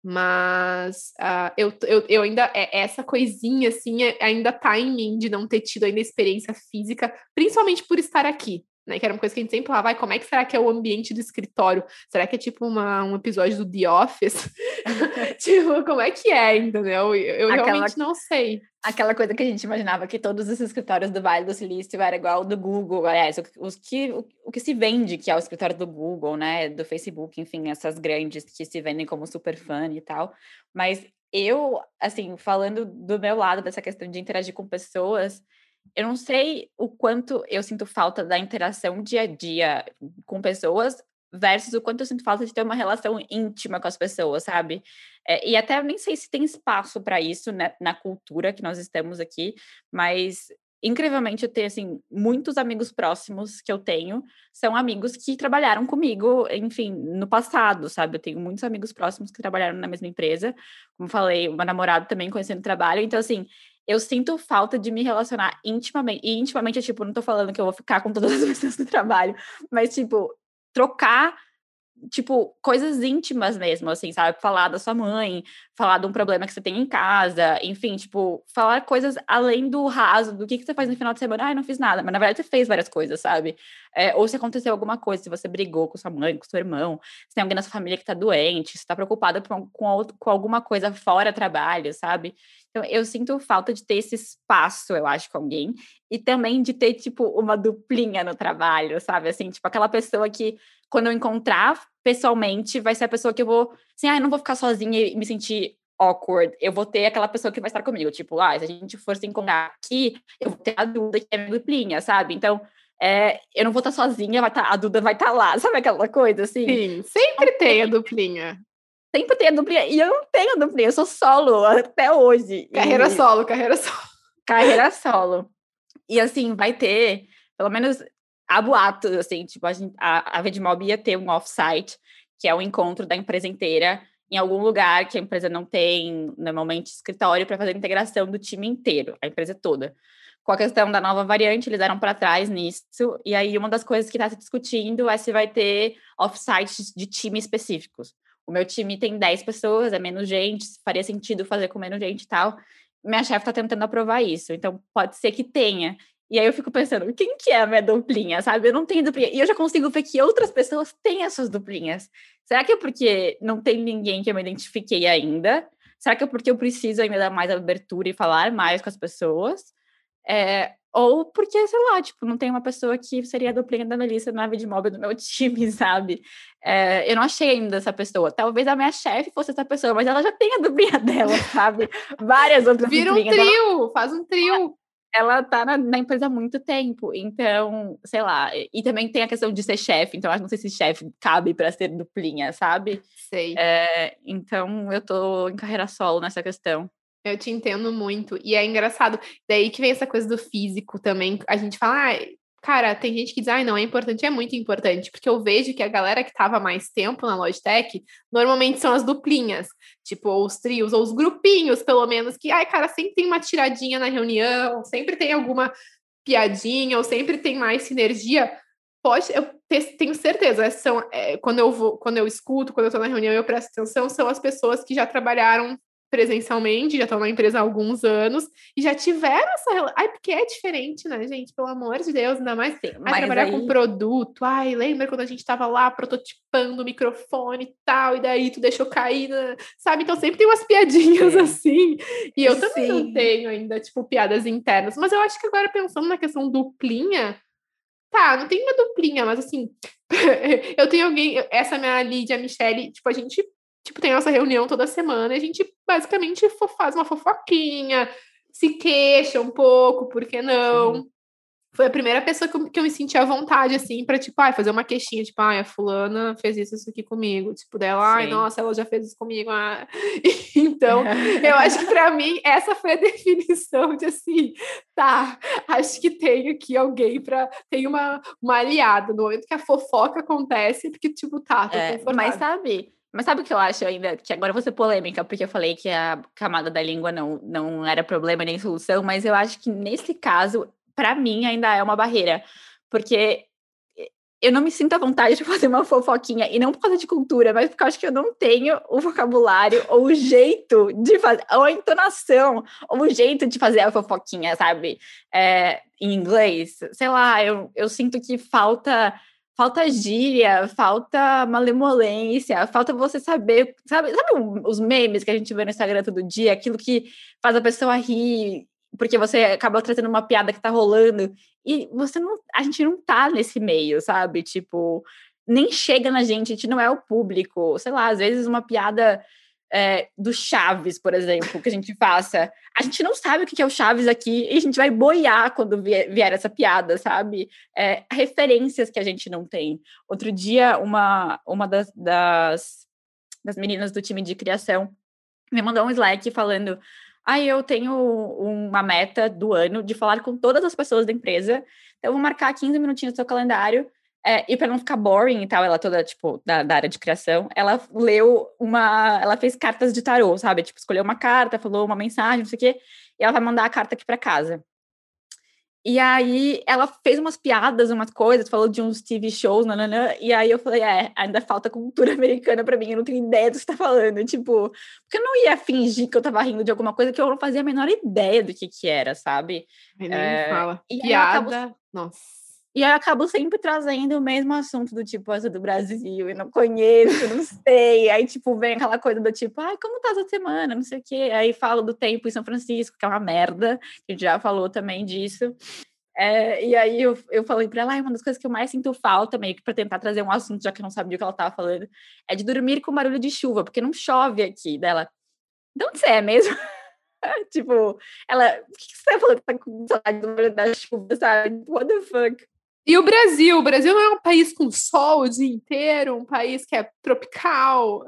Mas eu ainda, essa coisinha, assim, ainda tá em mim de não ter tido ainda experiência física, principalmente por estar aqui, né? Que era uma coisa que a gente sempre falava, como é que será que é o ambiente do escritório? Será que é tipo um episódio do The Office? Tipo, como é que é, entendeu? Eu realmente não sei. Aquela coisa que a gente imaginava que todos os escritórios do Vale do Silício era igual ao do Google, aliás, o que se vende, que é o escritório do Google, né, do Facebook, enfim, essas grandes que se vendem como super fã e tal. Mas eu, assim, falando do meu lado dessa questão de interagir com pessoas, eu não sei o quanto eu sinto falta da interação dia a dia com pessoas versus o quanto eu sinto falta de ter uma relação íntima com as pessoas, sabe? E até eu nem sei se tem espaço para isso, né, na cultura que nós estamos aqui, mas incrivelmente eu tenho, assim, muitos amigos próximos que eu tenho, são amigos que trabalharam comigo, enfim, no passado, sabe? Eu tenho muitos amigos próximos que trabalharam na mesma empresa, como falei, o meu namorado também conhecendo o trabalho, então, assim, eu sinto falta de me relacionar intimamente, e intimamente é tipo, não tô falando que eu vou ficar com todas as pessoas do trabalho, mas, tipo, trocar, tipo, coisas íntimas mesmo, assim, sabe? Falar da sua mãe, falar de um problema que você tem em casa, enfim, tipo, falar coisas além do raso, do que você faz no final de semana. Ai, não fiz nada, mas na verdade você fez várias coisas, sabe? Ou se aconteceu alguma coisa, se você brigou com sua mãe, com seu irmão, se tem alguém na sua família que tá doente, se tá preocupada com alguma coisa fora trabalho, sabe? Então, eu sinto falta de ter esse espaço, eu acho, com alguém, e também de ter, tipo, uma duplinha no trabalho, sabe? Assim, tipo, aquela pessoa que, quando eu encontrar pessoalmente, vai ser a pessoa que eu vou, assim, eu não vou ficar sozinha e me sentir awkward. Eu vou ter aquela pessoa que vai estar comigo, tipo, se a gente for se encontrar aqui, eu vou ter a Duda, que é minha duplinha, sabe? Então, eu não vou estar sozinha, a Duda vai estar lá, sabe aquela coisa, assim? Sim, sempre tem a duplinha. Sempre tem a duplinha, e eu não tenho duplinha, eu sou solo até hoje. Carreira solo, carreira solo. Carreira solo. E assim, vai ter, pelo menos, há boatos, assim, tipo, a Vedmob ia ter um off-site, que é o encontro da empresa inteira, em algum lugar que a empresa não tem, normalmente, escritório para fazer a integração do time inteiro, a empresa toda. Com a questão da nova variante, eles deram para trás nisso, e aí uma das coisas que está se discutindo é se vai ter off-sites de times específicos. O meu time tem 10 pessoas, é menos gente, faria sentido fazer com menos gente e tal. Minha chefe está tentando aprovar isso, então pode ser que tenha. E aí eu fico pensando, quem que é a minha duplinha, sabe? Eu não tenho duplinha. E eu já consigo ver que outras pessoas têm essas duplinhas. Será que é porque não tem ninguém que eu me identifiquei ainda? Será que é porque eu preciso ainda dar mais abertura e falar mais com as pessoas? Ou porque, sei lá, tipo, não tem uma pessoa que seria a duplinha da Melissa na Vidmob do meu time, sabe? Eu não achei ainda essa pessoa. Talvez a minha chefe fosse essa pessoa, mas ela já tem a duplinha dela, sabe? Várias outras duplinhas. Vira um trio, faz um trio. Ela tá na empresa há muito tempo, então, sei lá. E também tem a questão de ser chefe, então acho não sei se chefe cabe para ser duplinha, sabe? Sei. Então eu tô em carreira solo nessa questão. Eu te entendo muito. E é engraçado. Daí que vem essa coisa do físico também. A gente fala, cara, tem gente que diz, ai, não, é importante, é muito importante, porque eu vejo que a galera que tava mais tempo na Logitech, normalmente são as duplinhas, tipo, ou os trios, ou os grupinhos, pelo menos, que, ai, cara, sempre tem uma tiradinha na reunião, sempre tem alguma piadinha, ou sempre tem mais sinergia. Tenho certeza, quando eu escuto, quando eu tô na reunião, eu presto atenção, são as pessoas que já trabalharam presencialmente, já estão na empresa há alguns anos e já tiveram essa relação. Ai, porque é diferente, né, gente? Pelo amor de Deus, ainda mais trabalhar com produto. Ai, lembra quando a gente tava lá prototipando o microfone e tal, e daí tu deixou cair, sabe? Então sempre tem umas piadinhas assim. E eu também não tenho ainda, tipo, piadas internas. Mas eu acho que agora, pensando na questão duplinha, tá, não tem uma duplinha, mas assim, eu tenho alguém, essa minha Lídia, a Michelle, tipo, a gente tem nossa reunião toda semana, e a gente basicamente faz uma fofoquinha, se queixa um pouco, por que não? Sim. Foi a primeira pessoa que eu me senti à vontade, assim, pra, tipo, fazer uma queixinha, tipo, a fulana fez isso aqui comigo. Tipo, dela, ai, nossa, ela já fez isso comigo. Ah. Então, eu acho que pra mim, essa foi a definição de, assim, tá, acho que tem aqui alguém tem uma aliada. No momento que a fofoca acontece, porque, tipo, tá, tô confortável. Mas sabe o que eu acho ainda? Que agora eu vou ser polêmica, porque eu falei que a camada da língua não era problema nem solução, mas eu acho que nesse caso, para mim, ainda é uma barreira. Porque eu não me sinto à vontade de fazer uma fofoquinha, e não por causa de cultura, mas porque eu acho que eu não tenho o vocabulário, ou o jeito de fazer, ou a entonação, ou o jeito de fazer a fofoquinha, sabe? Em inglês, sei lá, eu sinto que falta gíria, falta malemolência, falta você saber, sabe os memes que a gente vê no Instagram todo dia, aquilo que faz a pessoa rir, porque você acabou trazendo uma piada que tá rolando, e a gente não tá nesse meio, sabe? Tipo, nem chega na gente, a gente não é o público, sei lá, às vezes uma piada do Chaves, por exemplo, que a gente faça. A gente não sabe o que é o Chaves aqui e a gente vai boiar quando vier essa piada, sabe? Referências que a gente não tem. Outro dia, uma das meninas do time de criação me mandou um Slack falando: eu tenho uma meta do ano de falar com todas as pessoas da empresa, então eu vou marcar 15 minutinhos no seu calendário. E para não ficar boring e tal, ela toda, tipo, da área de criação, ela fez cartas de tarô, sabe? Tipo, escolheu uma carta, falou uma mensagem, não sei o quê, e ela vai mandar a carta aqui para casa. E aí, ela fez umas piadas, umas coisas, falou de uns TV shows, nananã, e aí eu falei, ainda falta cultura americana pra mim, eu não tenho ideia do que você tá falando, tipo, porque eu não ia fingir que eu tava rindo de alguma coisa que eu não fazia a menor ideia do que era, sabe? Nem fala. E piada, nossa. E aí eu acabo sempre trazendo o mesmo assunto do tipo, essa do Brasil, eu não conheço, não sei. Aí, tipo, vem aquela coisa do tipo, como tá essa semana? Não sei o quê. Aí falo do tempo em São Francisco, que é uma merda. A gente já falou também disso. E aí eu falei pra ela, uma das coisas que eu mais sinto falta, meio que pra tentar trazer um assunto, já que eu não sabia o que ela tava falando, é de dormir com barulho de chuva, porque não chove aqui. Dela, de onde você é mesmo? Tipo, ela, o que você tá falando que tá com saudade do barulho da chuva, sabe? What the fuck? E o Brasil não é um país com sol o dia inteiro, um país que é tropical.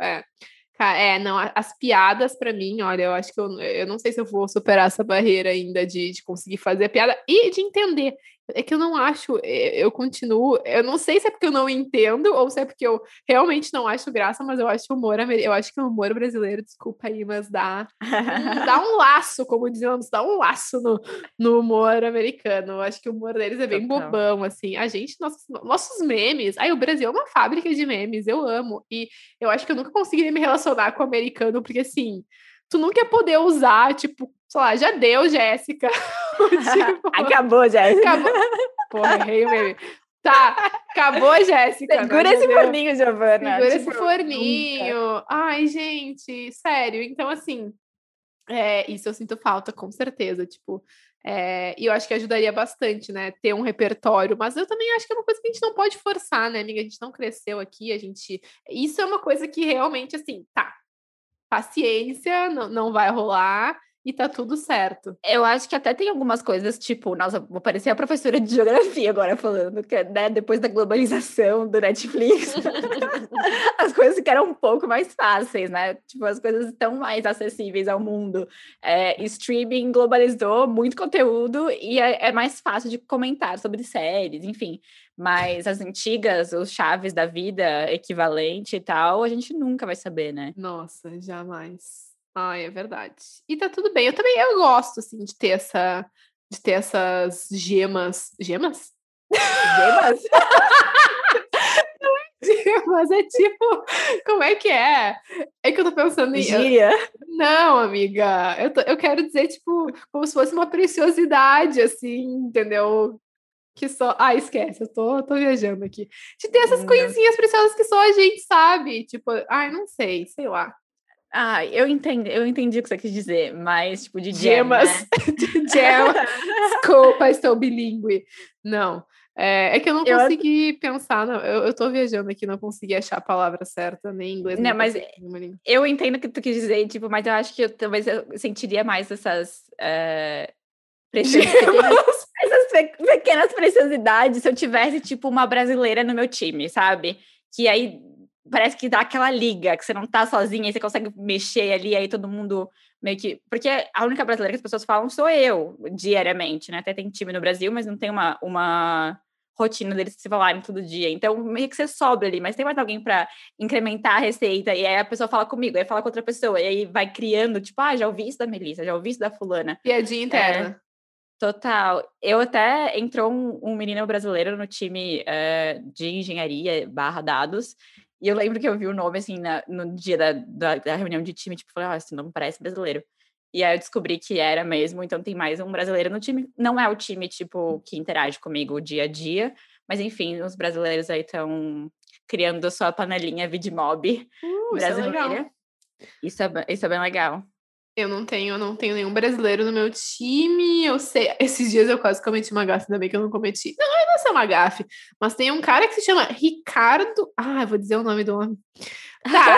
Não, as piadas para mim, olha, eu acho que eu não sei se eu vou superar essa barreira ainda de conseguir fazer a piada e de entender. É que eu não acho, eu continuo, eu não sei se é porque eu não entendo ou se é porque eu realmente não acho graça, mas eu acho eu acho que o humor brasileiro, desculpa aí, mas dá um laço, como dizemos, dá um laço no humor americano. Eu acho que o humor deles é bem bobão, assim. A gente, nossos memes, o Brasil é uma fábrica de memes, eu amo. E eu acho que eu nunca conseguiria me relacionar com o americano, porque assim, tu nunca ia poder usar, tipo, sei lá, já deu, Jéssica. Tipo, acabou, Jéssica. Acabou. Porra, errei o meme. Tá, acabou, Jéssica. Segura esse forninho, Giovana. Segura esse forninho. Nunca. Ai, gente, sério. Então, assim, isso eu sinto falta, com certeza. Tipo, e eu acho que ajudaria bastante, né? Ter um repertório. Mas eu também acho que é uma coisa que a gente não pode forçar, né, amiga? A gente não cresceu aqui, Isso é uma coisa que realmente, assim, tá. Paciência, não vai rolar. e tá tudo certo. Eu acho que até tem algumas coisas, tipo, nossa, vou parecer a professora de geografia agora falando, que, né, depois da globalização do Netflix, as coisas ficaram um pouco mais fáceis, né? Tipo, as coisas estão mais acessíveis ao mundo. Streaming globalizou muito conteúdo e é mais fácil de comentar sobre séries, enfim. Mas as antigas, os chaves da vida, equivalente e tal, a gente nunca vai saber, né? Nossa, jamais. Ai, é verdade. E tá tudo bem. Eu gosto, assim, de ter essas gemas. Gemas? Gemas? Gemas é tipo, como é que é? É que eu tô pensando em. Gíria? Não, amiga. Eu quero dizer, tipo, como se fosse uma preciosidade, assim, entendeu? Que só. Ah, esquece, eu tô viajando aqui. De ter essas coisinhas preciosas que só a gente sabe. Tipo, ai, não sei, sei lá. Ah, eu entendi o que você quis dizer, mas tipo de Gemas. gem, né? De gema. Desculpa, estou bilíngue. Não. É que eu não consegui pensar. Não, eu tô viajando aqui, não consegui achar a palavra certa, nem em inglês, nem Não, mas eu entendo o que tu quis dizer, tipo, mas eu acho que talvez eu sentiria mais essas pequenas preciosidades se eu tivesse, tipo, uma brasileira no meu time, sabe? Que aí parece que dá aquela liga, que você não tá sozinha, aí você consegue mexer ali, aí todo mundo meio que... Porque a única brasileira que as pessoas falam sou eu, diariamente, né? Até tem time no Brasil, mas não tem uma rotina deles se falarem todo dia. Então, meio que você sobra ali, mas tem mais alguém pra incrementar a receita, e aí a pessoa fala comigo, aí fala com outra pessoa, e aí vai criando, tipo, já ouvi isso da Melissa, já ouvi isso da fulana. Piadinha interna. Total. Eu até entrou um menino brasileiro no time de engenharia / dados, e eu lembro que eu vi o nome, assim, no dia da reunião de time, tipo, falei, esse nome parece brasileiro. E aí eu descobri que era mesmo, então tem mais um brasileiro no time. Não é o time, tipo, que interage comigo dia a dia, mas enfim, os brasileiros aí estão criando a sua panelinha Vidmob brasileira. Isso é bem legal. Eu não tenho nenhum brasileiro no meu time. Eu sei, esses dias eu quase cometi uma gafe, ainda bem que eu não cometi. Não é uma gafe, mas tem um cara que se chama Ricardo. Ah, eu vou dizer o nome do homem. Tá.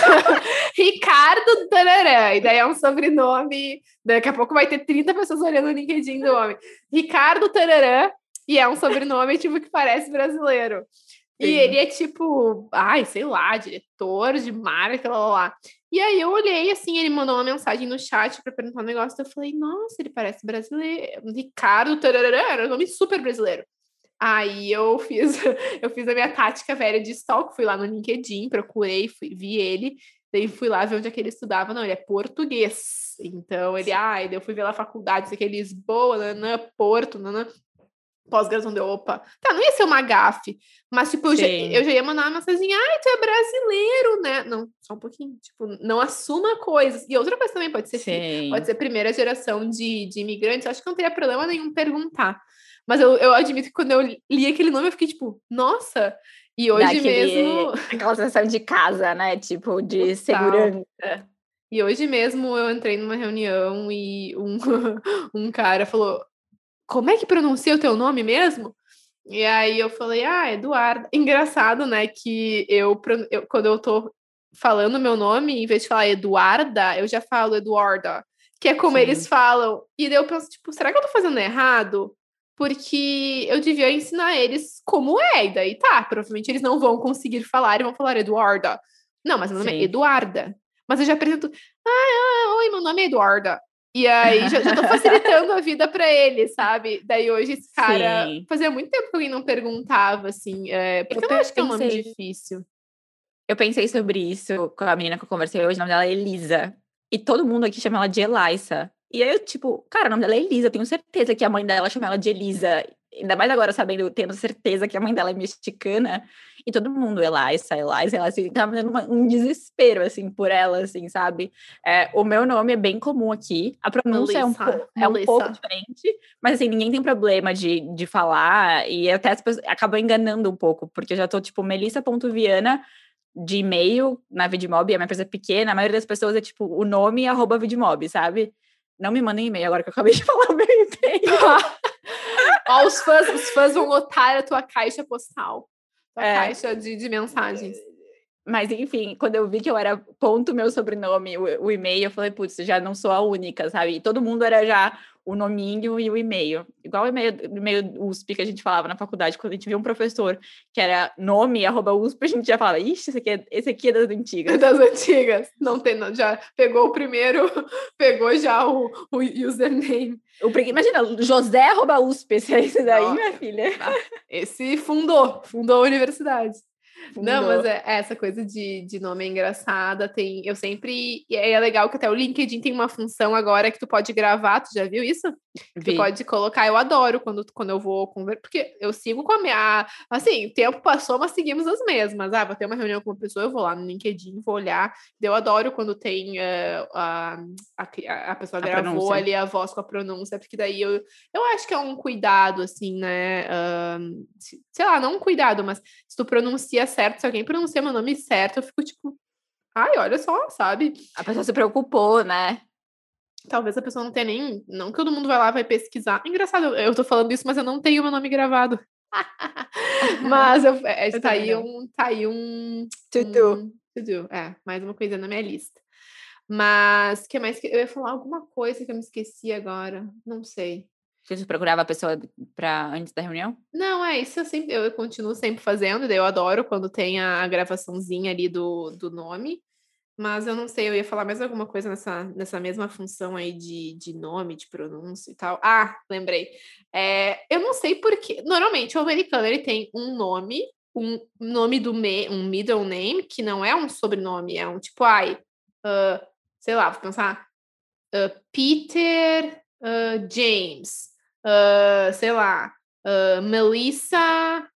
Ricardo Tararã. E daí é um sobrenome. Daqui a pouco vai ter 30 pessoas olhando o LinkedIn do homem. Ricardo Tararã. E é um sobrenome, tipo, que parece brasileiro. Sim. E ele é tipo, sei lá, diretor de marca, lá. E aí eu olhei, assim, ele mandou uma mensagem no chat pra perguntar um negócio, eu falei, nossa, ele parece brasileiro. Ricardo Tarará, era um nome super brasileiro. Aí eu fiz a minha tática velha de stalk, fui lá no LinkedIn, procurei, vi ele, daí fui lá ver onde é que ele estudava. Não, ele é português. Então ele, daí eu fui ver lá a faculdade, sei que é Lisboa, Porto, pós-graduação de opa. Tá, não ia ser uma gafe, mas, tipo, eu já ia mandar uma mensagem, tu é brasileiro, né? Não, só um pouquinho, tipo, não assuma coisas. E outra coisa também pode ser primeira geração de imigrantes, eu acho que não teria problema nenhum perguntar. Mas eu admito que quando eu li aquele nome, eu fiquei, tipo, nossa! E hoje mesmo... Aquela sensação de casa, né? Tipo, de segurança. E hoje mesmo eu entrei numa reunião e um cara falou, como é que pronuncia o teu nome mesmo? E aí eu falei, Eduardo. Engraçado, né, que quando eu tô falando meu nome, em vez de falar Eduarda, eu já falo Eduarda, que é como eles falam. E daí eu penso, tipo, será que eu tô fazendo errado? Porque eu devia ensinar eles como é, e daí provavelmente eles não vão conseguir falar e vão falar Eduarda. Não, mas meu nome é Eduarda. Mas eu já apresento, oi, meu nome é Eduarda. E aí, já tô facilitando a vida para ele, sabe? Daí hoje esse cara... Sim. Fazia muito tempo que alguém não perguntava, assim, porque eu não acho que é um nome difícil. Eu pensei sobre isso com a menina que eu conversei hoje, o nome dela é Elisa. E todo mundo aqui chama ela de Elaissa. E aí eu, tipo, cara, o nome dela é Elisa, eu tenho certeza que a mãe dela chama ela de Elisa. Ainda mais agora, tendo certeza que a mãe dela é mexicana. E todo mundo, Elaissa, assim, tava dando um desespero, assim, por ela, assim, sabe? O meu nome é bem comum aqui. A pronúncia é um pouco diferente. Mas, assim, ninguém tem problema de falar. E até as pessoas acabam enganando um pouco. Porque eu já tô, tipo, Melissa.Viana de e-mail na Vidmob, a minha empresa é pequena, a maioria das pessoas é, tipo, o nome @Vidmob, sabe? Não me mandem e-mail agora que eu acabei de falar o meu e-mail. Os fãs vão lotar a tua caixa postal. Tua caixa de mensagens. Mas, enfim, quando eu vi que eu era ponto meu sobrenome, o e-mail, eu falei, putz, já não sou a única, sabe? E todo mundo era já o nominho e o e-mail. Igual o e-mail USP que a gente falava na faculdade, quando a gente via um professor que era nome, @USP, a gente já falava, ixi, esse aqui é das antigas. Das antigas. Não tem, não, já pegou o primeiro, pegou já o username. Imagina, José @USP, esse daí, minha filha. Esse fundou a universidade. Fundou. Não, mas essa coisa de nome é engraçada. Eu sempre. E é legal que até o LinkedIn tem uma função agora que tu pode gravar. Tu já viu isso? Tu pode colocar. Eu adoro quando eu vou conversar. Porque eu sigo com a minha. Assim, o tempo passou, mas seguimos as mesmas. Vou ter uma reunião com uma pessoa, eu vou lá no LinkedIn, vou olhar. Eu adoro quando tem a pessoa gravou ali a voz com a pronúncia, porque daí eu acho que é um cuidado, assim, né? Sei lá, não um cuidado, mas se tu pronuncia certo, se alguém pronuncia meu nome certo, eu fico tipo, ai, olha só, sabe? A pessoa se preocupou, né? Talvez a pessoa não tenha nem... Não que todo mundo vai lá, vai pesquisar. Engraçado, eu tô falando isso, mas eu não tenho meu nome gravado. Mas tá aí um to-do. Mais uma coisa na minha lista. Mas, que mais? Eu ia falar alguma coisa que eu me esqueci agora. Não sei. Você procurava a pessoa antes da reunião? Não, isso eu continuo sempre fazendo, e daí eu adoro quando tem a gravaçãozinha ali do nome, mas eu não sei, eu ia falar mais alguma coisa nessa mesma função aí de nome, de pronúncia e tal. Ah, lembrei. Eu não sei porque, normalmente o americano ele tem um nome um middle name, que não é um sobrenome, é um tipo, sei lá, vou pensar, Peter James, sei lá, Melissa,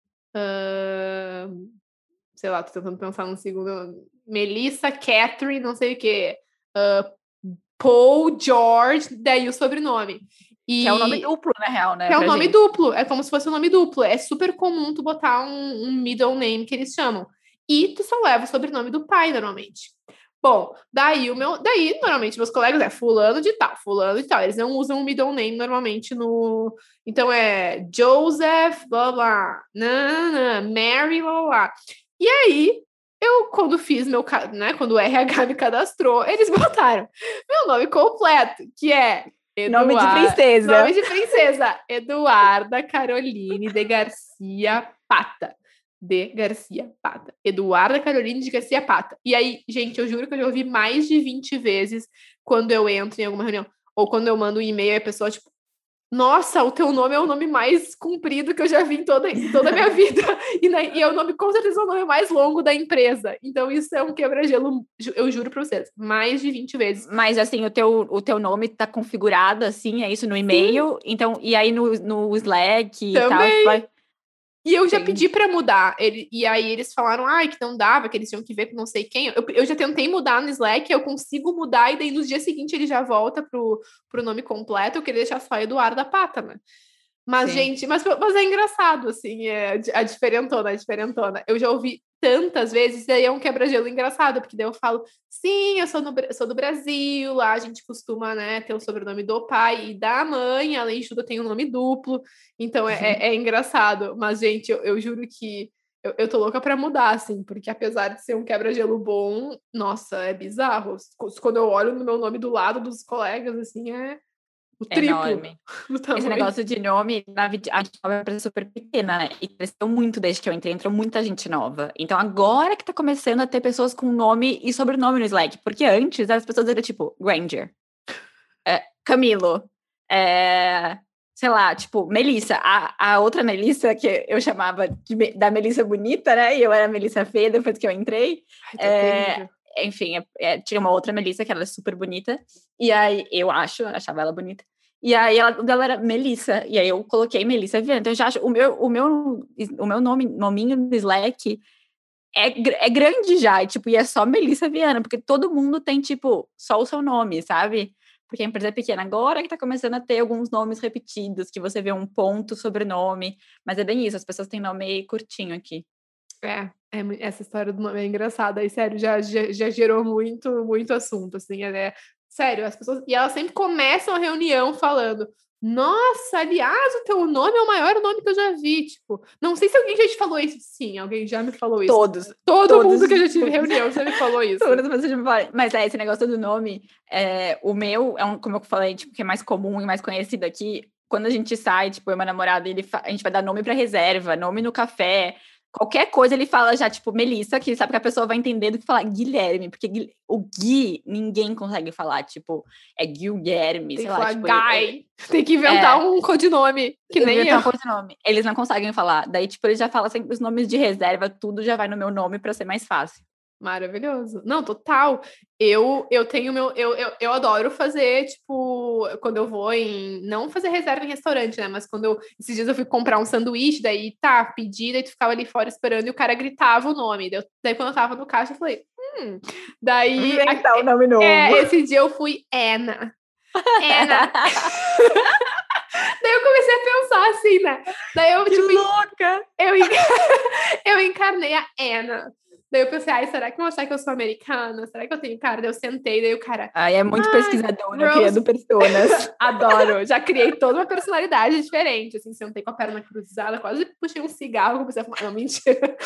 sei lá, tô tentando pensar num segundo, Melissa, Catherine, não sei o que, Paul, George, daí o sobrenome. Que é o nome duplo, na real, né? É o nome duplo, é como se fosse um nome duplo. É super comum tu botar um middle name, que eles chamam. E tu só leva o sobrenome do pai, normalmente. Bom, daí normalmente meus colegas é fulano de tal. Eles não usam o middle name normalmente então é Joseph, blá blá, Mary, blá blá. E aí, quando fiz quando o RH me cadastrou, eles botaram meu nome completo, que é nome de princesa. Nome de princesa. Eduarda Caroline de Garcia Pata. Eduarda Caroline de Garcia Pata. E aí, gente, eu juro que eu já ouvi mais de 20 vezes quando eu entro em alguma reunião. Ou quando eu mando um e-mail e a pessoa, tipo, nossa, o teu nome é o nome mais comprido que eu já vi em toda a minha vida. E é o nome, com certeza, o nome mais longo da empresa. Então, isso é um quebra-gelo, eu juro pra vocês, mais de 20 vezes. Mas, assim, o teu nome tá configurado, assim, é isso no e-mail? Então, e aí no Slack também. E tal? E eu já pedi pra mudar. E aí eles falaram, que não dava, que eles tinham que ver com não sei quem. Eu já tentei mudar no Slack, eu consigo mudar, e daí no dia seguinte ele já volta pro nome completo. Eu queria deixar só Eduarda Pata, né? Mas, sim, gente, mas é engraçado, assim, a diferentona. Eu já ouvi tantas vezes, e daí é um quebra-gelo engraçado, porque daí eu falo, sim, eu sou do Brasil, lá a gente costuma, né, ter o sobrenome do pai e da mãe, além de tudo eu tenho um nome duplo, então é engraçado. Mas, gente, eu juro que eu tô louca pra mudar, assim, porque apesar de ser um quebra-gelo bom, nossa, é bizarro. Quando eu olho no meu nome do lado dos colegas, assim, o triplo. Enorme. Esse negócio de nome, a gente é super pequena, né? E cresceu muito desde que eu entrei, entrou muita gente nova. Então agora que tá começando a ter pessoas com nome e sobrenome no Slack. Porque antes as pessoas eram tipo Granger, Camilo, sei lá, tipo, Melissa. A outra Melissa, que eu chamava da Melissa bonita, né? E eu era Melissa feia depois que eu entrei. Enfim, tinha uma outra Melissa que ela é super bonita. E aí, achava ela bonita. E aí, ela era Melissa. E aí, eu coloquei Melissa Viana. Então, eu já acho, o meu nominho no Slack é grande já. E é só Melissa Viana. Porque todo mundo tem, tipo, só o seu nome, sabe? Porque a empresa é pequena. Agora que tá começando a ter alguns nomes repetidos, que você vê um ponto sobrenome. Mas é bem isso, as pessoas têm nome curtinho aqui. Essa história do nome é engraçada. E, sério, já gerou muito, muito assunto, assim, sério, as pessoas... E elas sempre começam a reunião falando Nossa, aliás, o teu nome é o maior nome que eu já vi. Tipo, não sei se alguém já te falou isso. Sim, alguém já me falou isso. Todo mundo que eu já tive reunião já me falou isso. Todas as pessoas já me falaram. Mas esse negócio do nome, o meu como eu falei, tipo, que é mais comum e mais conhecido aqui. Quando a gente sai, tipo, eu e meu namorado, a gente vai dar nome pra reserva, nome no café. Qualquer coisa ele fala já, tipo, Melissa, que sabe que a pessoa vai entender do que falar Guilherme, porque o Gui ninguém consegue falar, tipo, é Guilherme, sei lá, tipo... Guy. Tem que inventar um codinome, que nem eu. Um codinome. Eles não conseguem falar. Daí, tipo, eles já falam sempre os nomes de reserva, tudo já vai no meu nome pra ser mais fácil. Maravilhoso. Não, total. Eu tenho meu. Eu adoro fazer, tipo, quando eu vou em. Não fazer reserva em restaurante, né? Mas esses dias eu fui comprar um sanduíche, daí pedi, daí tu ficava ali fora esperando e o cara gritava o nome. Daí quando eu tava no caixa, eu falei, Daí. Inventar o nome novo. Esse dia eu fui Anna. Anna. Daí eu comecei a pensar assim, né? Daí eu, que louca! Eu encarnei a Anna. Daí eu pensei, será que vão achar que eu sou americana? Será que eu tenho cara? Daí eu sentei, daí o cara... é muito pesquisadora, criando personas. Adoro, já criei toda uma personalidade diferente, assim, sentei com a perna cruzada, quase puxei um cigarro, comecei a fumar, não, mentira.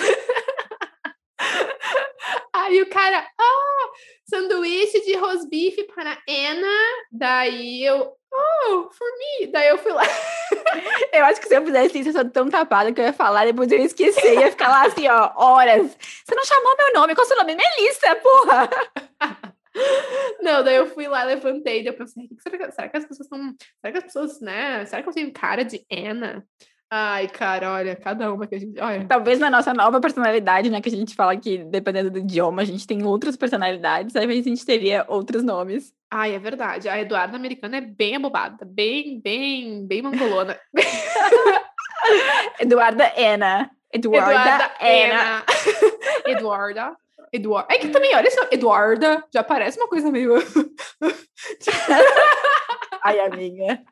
Aí o cara, sanduíche de rosbife para Anna, daí eu, for me, daí eu fui lá. Eu acho que se eu fizesse isso, eu sou tão tapada que eu ia falar, depois eu ia esquecer, ia ficar lá assim, horas. Você não chamou meu nome, qual é o seu nome? Melissa, porra! Não, daí eu fui lá, levantei, daí eu pensei, será que as pessoas estão... Será que as pessoas, né? Será que eu tenho cara de Anna? Ai, cara, olha, cada uma que a gente... Olha. Talvez na nossa nova personalidade, né, que a gente fala que, dependendo do idioma, a gente tem outras personalidades, aí a gente teria outros nomes. Ai, é verdade. A Eduarda americana é bem abobada, bem mangolona. Eduarda Anna. Eduarda Anna. Eduarda. É que também, olha só, Eduarda já parece uma coisa meio... Ai, amiga.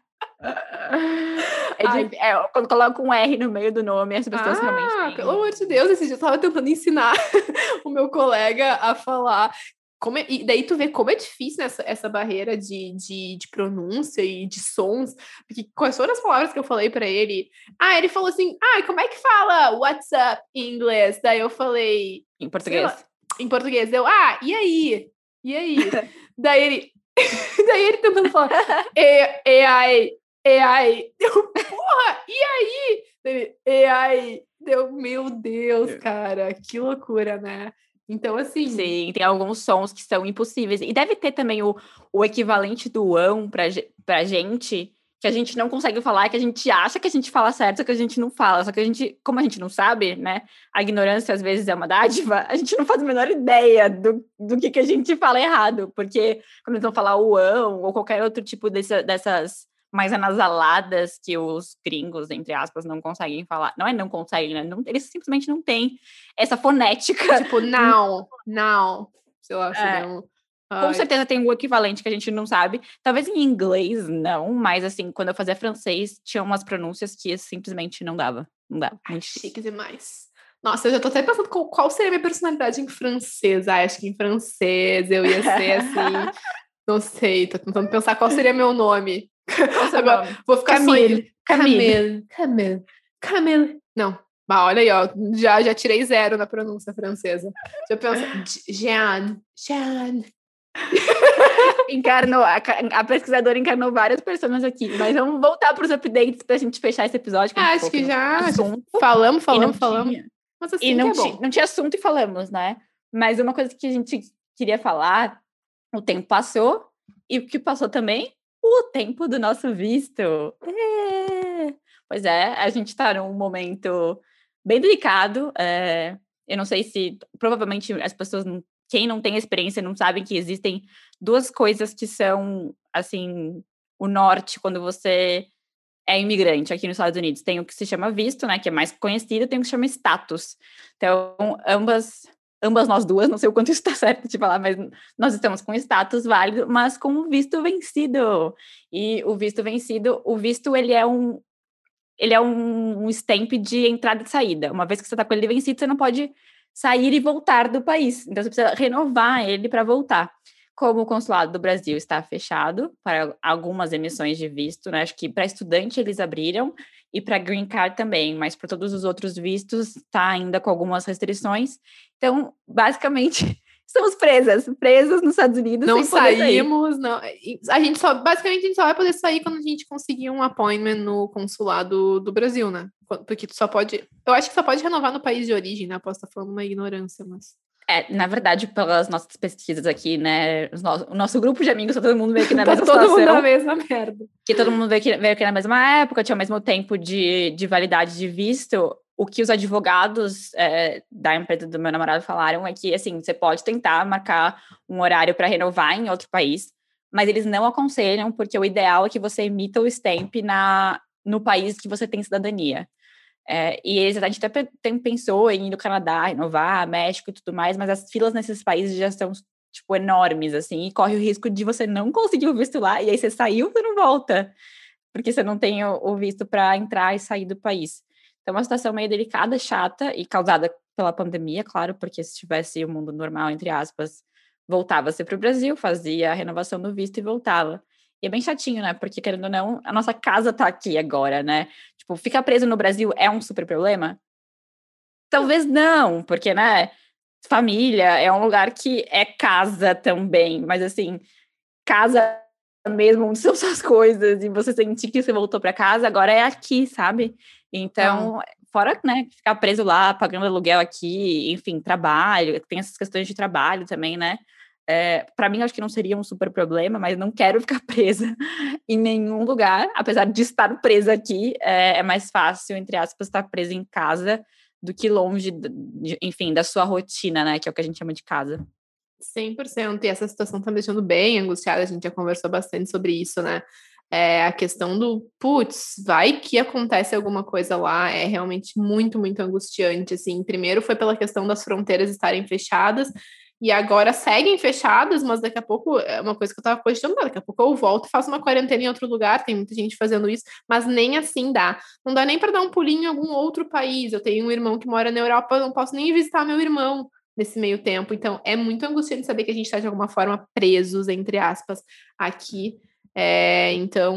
Quando coloca um R no meio do nome, as pessoas realmente têm... pelo amor de Deus, esse dia eu tava tentando ensinar o meu colega a falar... E daí tu vê como é difícil essa barreira de pronúncia e de sons, porque quais foram as palavras que eu falei pra ele? Ele falou assim, como é que fala what's up em inglês? Daí eu falei... Em português. Em português, e aí? E aí? daí ele tentando falar, e aí? Deu, porra, e aí? E aí? Deu, meu Deus, cara, que loucura, né? Então, assim... Sim, tem alguns sons que são impossíveis. E deve ter também o equivalente do ão pra gente, que a gente não consegue falar, que a gente acha que a gente fala certo, só que a gente não fala. Só que a gente, como a gente não sabe, né? A ignorância às vezes é uma dádiva, a gente não faz a menor ideia do que a gente fala errado. Porque quando eles vão falar o ão, ou qualquer outro tipo dessas mais anasaladas que os gringos, entre aspas, não conseguem falar. Não conseguem, né? Eles simplesmente não têm essa fonética. Tipo, não. Sei lá, Com certeza tem um equivalente que a gente não sabe. Talvez em inglês, não. Mas, assim, quando eu fazia francês, tinha umas pronúncias que simplesmente não dava. Não dava. Muito chique demais. Nossa, eu já tô até pensando qual seria a minha personalidade em francês. Acho que em francês eu ia ser assim... Não sei, tô tentando pensar qual seria meu nome. Agora, vou ficar Camille. Não. Mas olha aí, ó. Já tirei 0 na pronúncia francesa. Já pensa. Jeanne. A pesquisadora encarnou várias pessoas aqui. Mas vamos voltar para os updates pra gente fechar esse episódio. Acho que já. Falamos. Mas assim, não tinha assunto e falamos, né? Mas uma coisa que a gente queria falar, o tempo passou. E o que passou também? O tempo do nosso visto. Pois é, a gente está num momento bem delicado. Eu não sei se... Provavelmente as pessoas... Quem não tem experiência não sabe que existem 2 coisas que são, assim, o norte quando você é imigrante aqui nos Estados Unidos. Tem o que se chama visto, né? Que é mais conhecido. Tem o que se chama status. Então, ambas nós duas, não sei o quanto isso está certo de falar, mas nós estamos com status válido, mas com o visto vencido. E o visto vencido, ele é um stamp de entrada e saída. Uma vez que você está com ele vencido, você não pode sair e voltar do país. Então, você precisa renovar ele para voltar. como o consulado do Brasil está fechado para algumas emissões de visto, né? Acho que para estudante eles abriram e para green card também, mas para todos os outros vistos está ainda com algumas restrições. Então, basicamente, estamos presas nos Estados Unidos Não sem poder sair. saímos, não. A gente só, basicamente, a gente só vai poder sair quando a gente conseguir um appointment no consulado do Brasil, né? Porque tu só pode. Eu acho que só pode renovar no país de origem, né? Posso estar falando uma ignorância, mas. Na verdade, pelas nossas pesquisas aqui, né? O nosso grupo de amigos, tá todo mundo veio aqui na Tá mesma todo situação. mundo na mesma merda. Que todo mundo veio aqui na mesma época, tinha o mesmo tempo de validade de visto. O que os advogados da empresa do meu namorado falaram é que, assim, você pode tentar marcar um horário para renovar em outro país, mas eles não aconselham, porque o ideal é que você emita o stamp no país que você tem cidadania. E a gente até pensou em ir no Canadá, renovar, México e tudo mais, mas as filas nesses países já são, tipo, enormes, assim, e corre o risco de você não conseguir o visto lá, e aí você saiu, você não volta, porque você não tem o visto para entrar e sair do país. Então, é uma situação meio delicada, chata, e causada pela pandemia, claro, porque se tivesse o mundo normal, entre aspas, voltava-se para o Brasil, fazia a renovação do visto e voltava. E é bem chatinho, né? Porque, querendo ou não, a nossa casa tá aqui agora, né? Tipo, ficar preso no Brasil é um super problema? Talvez não, porque, né? Família é um lugar que é casa também, mas assim, casa mesmo, onde são suas coisas, e você sentir que você voltou para casa, agora é aqui, sabe? Então, fora, né, ficar preso lá, pagando aluguel aqui, enfim, trabalho, tem essas questões de trabalho também, né? Para mim, acho que não seria um super problema, mas não quero ficar presa em nenhum lugar, apesar de estar presa aqui, é mais fácil, entre aspas, estar presa em casa do que longe, enfim, da sua rotina, né, que é o que a gente chama de casa. 100%, e essa situação tá me deixando bem angustiada, a gente já conversou bastante sobre isso, né? A questão do, putz, vai que acontece alguma coisa lá, é realmente muito, muito angustiante, assim. Primeiro foi pela questão das fronteiras estarem fechadas, e agora seguem fechadas, mas daqui a pouco, é uma coisa que eu tava cogitando, daqui a pouco eu volto e faço uma quarentena em outro lugar, tem muita gente fazendo isso, mas nem assim dá. Não dá nem para dar um pulinho em algum outro país. Eu tenho um irmão que mora na Europa, eu não posso nem visitar meu irmão nesse meio tempo. Então, é muito angustiante saber que a gente está, de alguma forma, presos, entre aspas, aqui. Então,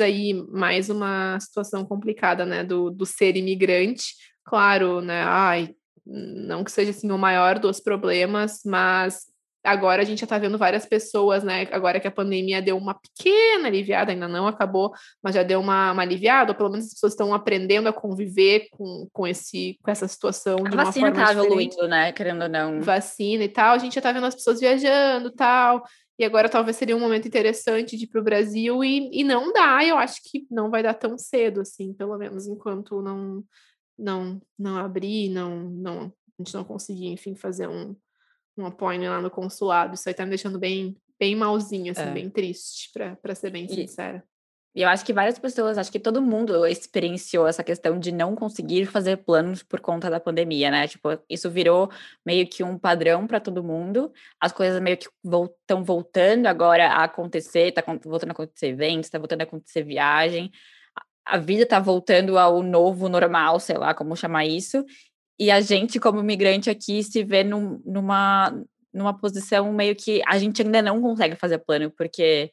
mais uma situação complicada, né, do ser imigrante. Claro, né, não que seja, assim, o maior dos problemas, mas agora a gente já está vendo várias pessoas, né, agora que a pandemia deu uma pequena aliviada, ainda não acabou, mas já deu uma aliviada, ou pelo menos as pessoas estão aprendendo a conviver com essa situação de uma forma tá diferente. evoluindo, né, querendo ou não. Vacina e tal, a gente já tá vendo as pessoas viajando e tal, e agora talvez seria um momento interessante de ir para o Brasil, e não dá, eu acho que não vai dar tão cedo, assim, pelo menos enquanto não abrir, a gente não conseguir, enfim, fazer um appointment lá no consulado. Isso aí tá me deixando bem, bem malzinho, assim, bem triste, para ser bem sincera. E eu acho que várias pessoas, acho que todo mundo experienciou essa questão de não conseguir fazer planos por conta da pandemia, né? Tipo, isso virou meio que um padrão para todo mundo. As coisas meio que estão voltando agora a acontecer, tá voltando a acontecer eventos, tá voltando a acontecer viagem. A vida tá voltando ao novo normal, sei lá como chamar isso. E a gente, como imigrante aqui, se vê numa posição meio que a gente ainda não consegue fazer plano, porque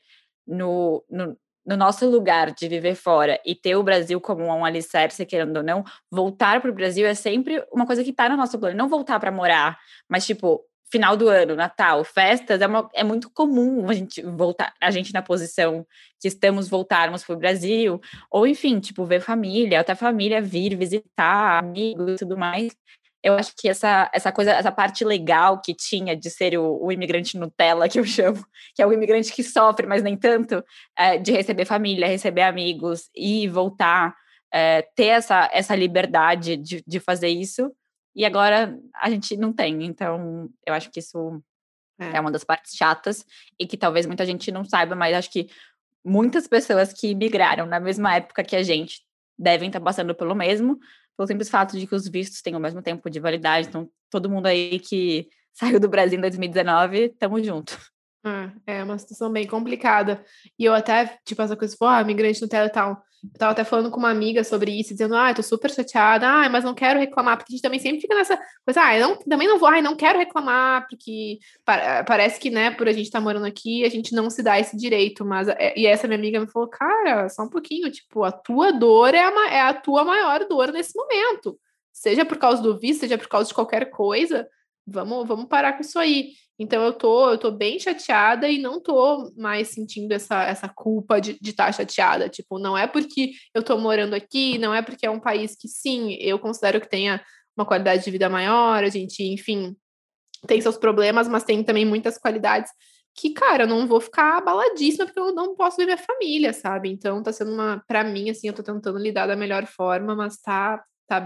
no nosso lugar de viver fora e ter o Brasil como um alicerce, querendo ou não, voltar para o Brasil é sempre uma coisa que está no nosso plano. Não voltar para morar, mas tipo, final do ano, Natal, festas, é muito comum a gente voltar, a gente na posição que voltarmos para o Brasil, ou enfim, tipo, ver família, até família vir visitar, amigos e tudo mais. Eu acho que essa coisa, essa parte legal que tinha de ser o imigrante Nutella, que eu chamo, que é o imigrante que sofre, mas nem tanto, de receber família, receber amigos e voltar, ter essa liberdade de fazer isso, e agora a gente não tem. Então, eu acho que isso é uma das partes chatas, e que talvez muita gente não saiba, mas acho que muitas pessoas que migraram na mesma época que a gente devem estar passando pelo mesmo, pelo simples fato de que os vistos têm o mesmo tempo de validade. Então, todo mundo aí que saiu do Brasil em 2019, tamo junto. É uma situação bem complicada. E eu até, tipo, essa coisa, imigrante no tela e tal. Eu tava até falando com uma amiga sobre isso, dizendo, eu tô super chateada, mas não quero reclamar, porque a gente também sempre fica nessa coisa, eu também não vou, não quero reclamar, porque parece que, né, por a gente estar morando aqui, a gente não se dá esse direito, mas, e essa minha amiga me falou, cara, só um pouquinho, tipo, a tua dor é a tua maior dor nesse momento, seja por causa do visto, seja por causa de qualquer coisa, vamos parar com isso aí. Então eu tô bem chateada e não tô mais sentindo essa culpa de estar chateada. Tipo, não é porque eu tô morando aqui, não é porque é um país que, sim, eu considero que tenha uma qualidade de vida maior, a gente, enfim, tem seus problemas, mas tem também muitas qualidades que, cara, eu não vou ficar abaladíssima porque eu não posso ver minha família, sabe? Então tá sendo pra mim, assim, eu tô tentando lidar da melhor forma, mas tá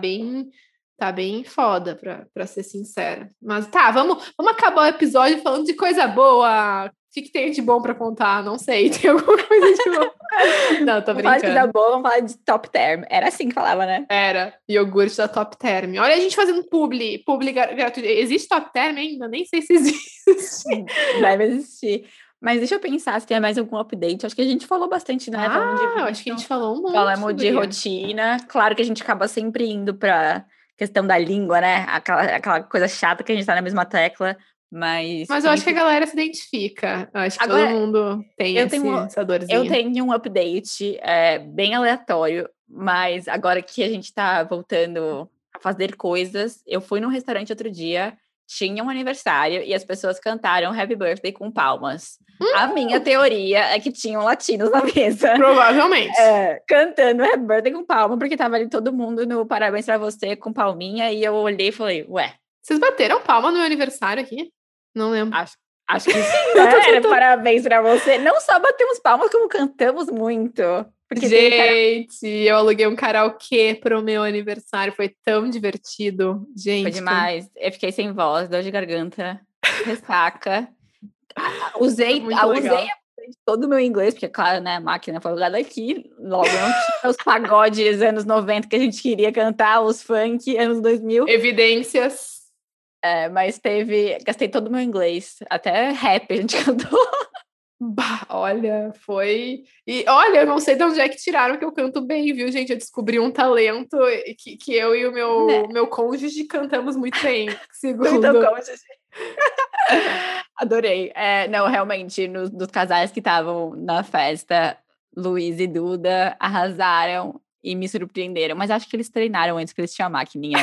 bem foda, pra ser sincera. Mas tá, vamos acabar o episódio falando de coisa boa. O que tem de bom pra contar? Não sei, tem alguma coisa de bom? Não, tô brincando. Vamos falar de coisa boa, vamos falar de Top Term. Era assim que falava, né? Era, iogurte da Top Term. Olha a gente fazendo publi gratuito. Existe Top Term ainda? Nem sei se existe. Deve existir. Mas deixa eu pensar se tem mais algum update. Acho que a gente falou bastante, né? Eu acho que a gente falou um monte. Falamos de rotina. Claro que a gente acaba sempre indo pra questão da língua, né? Aquela coisa chata que a gente tá na mesma tecla. Mas eu acho que a galera se identifica. Eu acho que todo mundo tem essa dorzinha. Eu tenho um update bem aleatório, mas agora que a gente tá voltando a fazer coisas, eu fui num restaurante outro dia, tinha um aniversário e as pessoas cantaram Happy Birthday com palmas. A minha teoria é que tinham latinos na mesa. Provavelmente. Cantando Happy Birthday com palma, porque tava ali todo mundo no Parabéns pra Você com palminha, e eu olhei e falei, ué. Vocês bateram palma no meu aniversário aqui? Não lembro. Acho que sim, né? Era Parabéns pra Você. Não só batemos palmas, como cantamos muito. Porque gente, eu aluguei um karaokê pro meu aniversário, foi tão divertido, gente. Foi demais, eu fiquei sem voz, dor de garganta, ressaca. Usei todo o meu inglês, porque claro, né, a máquina foi alugada aqui, logo não tinha os pagodes anos 90 que a gente queria cantar, os funk anos 2000. Evidências. Mas gastei todo o meu inglês, até rap a gente cantou. Olha, foi... E olha, eu não sei de onde é que tiraram que eu canto bem, viu, gente? Eu descobri um talento que eu e o meu cônjuge cantamos muito bem, segundo. Adorei. Não, realmente, dos casais que estavam na festa, Luiz e Duda arrasaram e me surpreenderam. Mas acho que eles treinaram antes, que eles tinham a maquininha.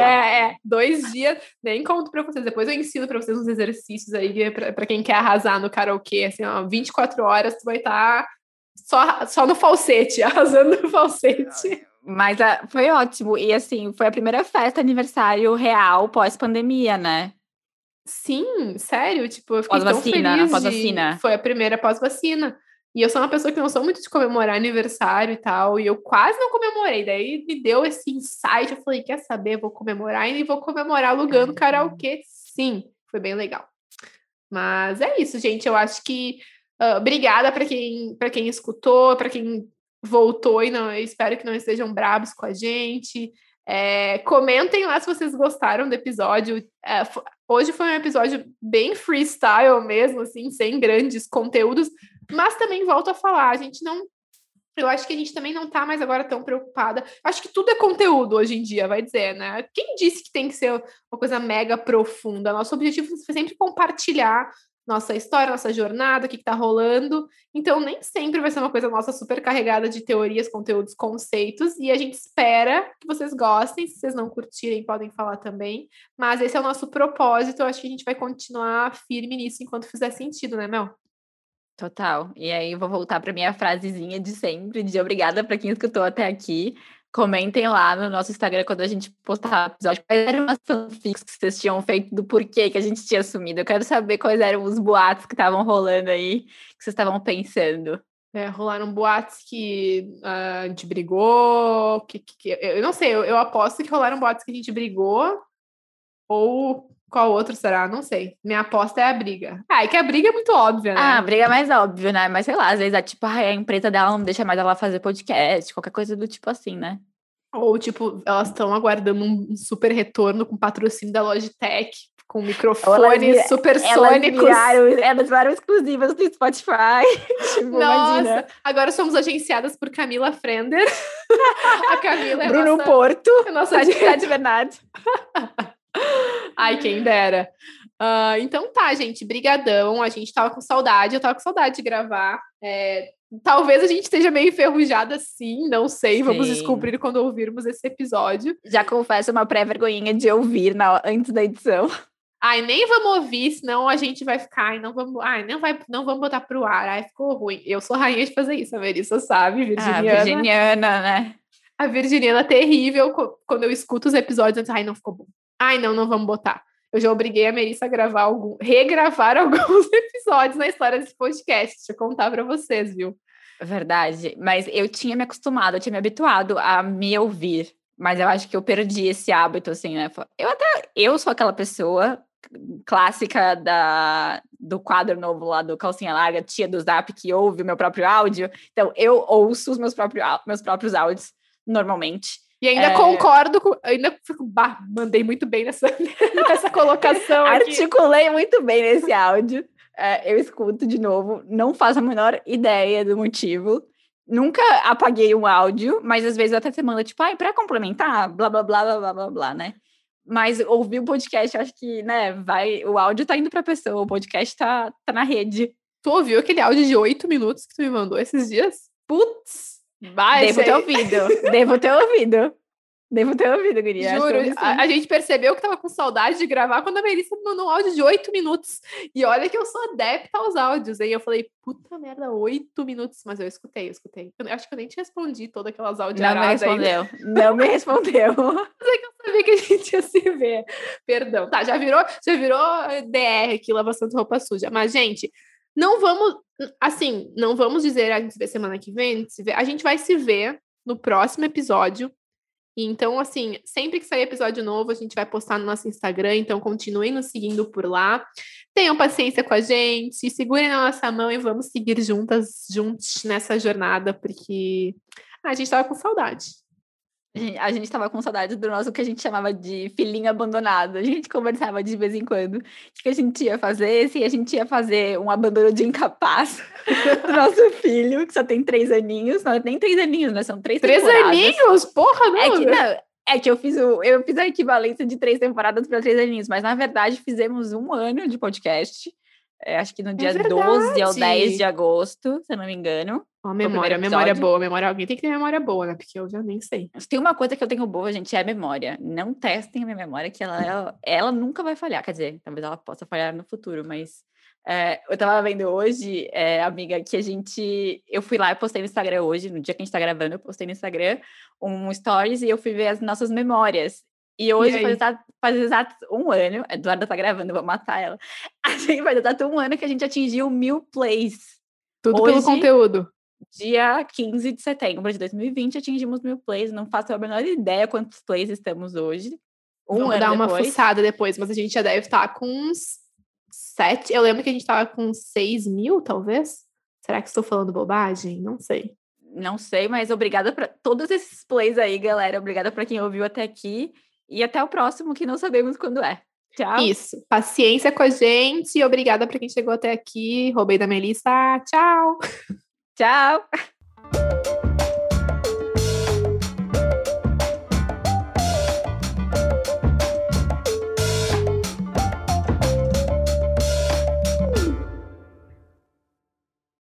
2 dias, nem conto pra vocês. Depois eu ensino pra vocês uns exercícios aí, pra quem quer arrasar no karaokê. Assim, 24 horas, tu vai estar só no falsete, arrasando no falsete. Mas foi ótimo. E assim, foi a primeira festa aniversário real pós-pandemia, né? Sim, sério. Tipo, eu fiquei tão feliz. Pós-vacina. Foi a primeira pós-vacina. E eu sou uma pessoa que não sou muito de comemorar aniversário e tal, e eu quase não comemorei. Daí me deu esse insight, eu falei, quer saber, vou comemorar e vou comemorar alugando karaokê. Sim, foi bem legal. Mas é isso, gente. Eu acho que obrigada para quem escutou, para quem voltou, e eu espero que não estejam bravos com a gente. Comentem lá se vocês gostaram do episódio. Hoje foi um episódio bem freestyle mesmo, assim, sem grandes conteúdos, mas também volto a falar, eu acho que a gente também não tá mais agora tão preocupada. Acho que tudo é conteúdo hoje em dia, vai dizer, né? Quem disse que tem que ser uma coisa mega profunda? Nosso objetivo é sempre compartilhar nossa história, nossa jornada, o que tá rolando. Então, nem sempre vai ser uma coisa nossa super carregada de teorias, conteúdos, conceitos. E a gente espera que vocês gostem. Se vocês não curtirem, podem falar também. Mas esse é o nosso propósito. Eu acho que a gente vai continuar firme nisso enquanto fizer sentido, né, Mel? Total. E aí, eu vou voltar para minha frasezinha de sempre, de obrigada para quem escutou até aqui. Comentem lá no nosso Instagram quando a gente postar o episódio quais eram as fanfics que vocês tinham feito, do porquê que a gente tinha sumido. Eu quero saber quais eram os boatos que estavam rolando aí, que vocês estavam pensando. Rolaram boatos que a gente brigou, eu não sei, eu aposto que rolaram boatos que a gente brigou, ou qual outro será? Não sei. Minha aposta é a briga. É que a briga é muito óbvia, né? A briga é mais óbvio, né? Mas sei lá, às vezes é tipo, a empresa dela não deixa mais ela fazer podcast, qualquer coisa do tipo assim, né? Ou tipo, elas estão aguardando um super retorno com patrocínio da Logitech, Com microfones supersônicos. Elas viraram exclusivas do Spotify. Tipo, Nossa, imagina. agora somos agenciadas por Camila Frender. A Camila é Bruno nossa, Porto. nossa Tati Bernardes. Ai, quem dera. Então tá, gente, brigadão. A gente tava com saudade, eu tava com saudade de gravar. Talvez a gente esteja meio enferrujada, sim, não sei. Vamos descobrir quando ouvirmos esse episódio. Já confesso uma pré-vergonhinha de ouvir antes da edição. Ai, nem vamos ouvir, senão a gente vai ficar, não vamos botar pro ar. Ai, ficou ruim. Eu sou rainha de fazer isso, a Melissa sabe, virginiana. Virginiana, né? A virginiana terrível, quando eu escuto os episódios, eu digo, ai, não ficou bom. Ai, não vamos botar. Eu já obriguei a Melissa a regravar alguns episódios na história desse podcast. Deixa eu contar pra vocês, viu? Verdade. Mas eu tinha me acostumado, eu tinha me habituado a me ouvir. Mas eu acho que eu perdi esse hábito, assim, né? Eu sou aquela pessoa clássica do quadro novo lá do Calcinha Larga, tia do Zap, que ouve o meu próprio áudio. Então, eu ouço os meus próprios áudios, normalmente. E ainda concordo ainda mandei muito bem nessa colocação aqui. Articulei muito bem nesse áudio. Eu escuto de novo, não faço a menor ideia do motivo. Nunca apaguei um áudio, mas às vezes até você manda, tipo, pra complementar, blá, blá, blá, blá, blá, blá, blá, né? Mas ouvir o podcast, eu acho que, né, o áudio tá indo pra pessoa, o podcast tá na rede. Tu ouviu aquele áudio de 8 minutos que tu me mandou esses dias? Putz! Devo ter ouvido, guria. Juro, a gente percebeu que tava com saudade de gravar quando a Melissa me mandou um áudio de 8 minutos. E olha que eu sou adepta aos áudios. Aí eu falei, puta merda, 8 minutos. Mas eu escutei. Eu acho que eu nem te respondi todas aquelas audiaradas. Não me respondeu. Mas é que eu sabia que a gente ia se ver. Perdão. Tá, já virou DR aqui, lavação de roupa suja. Mas, gente, não vamos dizer a gente se vê semana que vem. A gente vai se ver no próximo episódio. Então, assim, sempre que sair episódio novo, a gente vai postar no nosso Instagram, então continuem nos seguindo por lá. Tenham paciência com a gente, segurem na nossa mão e vamos seguir juntos nessa jornada, porque a gente tava com saudade. A gente tava com saudade do nosso que a gente chamava de filhinho abandonado. A gente conversava de vez em quando o que a gente ia fazer, se a gente ia fazer um abandono de incapaz do nosso filho, que só tem 3 aninhos. Não, nem 3 aninhos, né? São 3 temporadas. 3 aninhos? Porra, não! É que eu fiz a equivalência de 3 temporadas para 3 aninhos, mas na verdade fizemos 1 ano de podcast. Acho que no dia 12 ao 10 de agosto, se eu não me engano. Memória boa, alguém tem que ter memória boa, né? Porque eu já nem sei. Se tem uma coisa que eu tenho boa, gente, é a memória. Não testem a minha memória, que ela nunca vai falhar. Quer dizer, talvez ela possa falhar no futuro, mas eu tava vendo hoje, amiga, que eu fui lá e postei no Instagram hoje, no dia que a gente tá gravando, eu postei no Instagram um stories e eu fui ver as nossas memórias. E hoje faz exato 1 ano, a Eduarda tá gravando, eu vou matar ela. Faz exato 1 ano que a gente atingiu 1000 plays. Tudo hoje, pelo conteúdo. Dia 15 de setembro de 2020, atingimos 1000 plays. Não faço a menor ideia quantos plays estamos hoje. Vamos dar uma fuçada depois, mas a gente já deve estar com uns 7. Eu lembro que a gente tava com 6.000, talvez. Será que estou falando bobagem? Não sei. Não sei, mas obrigada para todos esses plays aí, galera. Obrigada para quem ouviu até aqui. E até o próximo, que não sabemos quando é. Tchau. Isso. Paciência com a gente. Obrigada para quem chegou até aqui. Roubei da Melissa. Tchau. Tchau.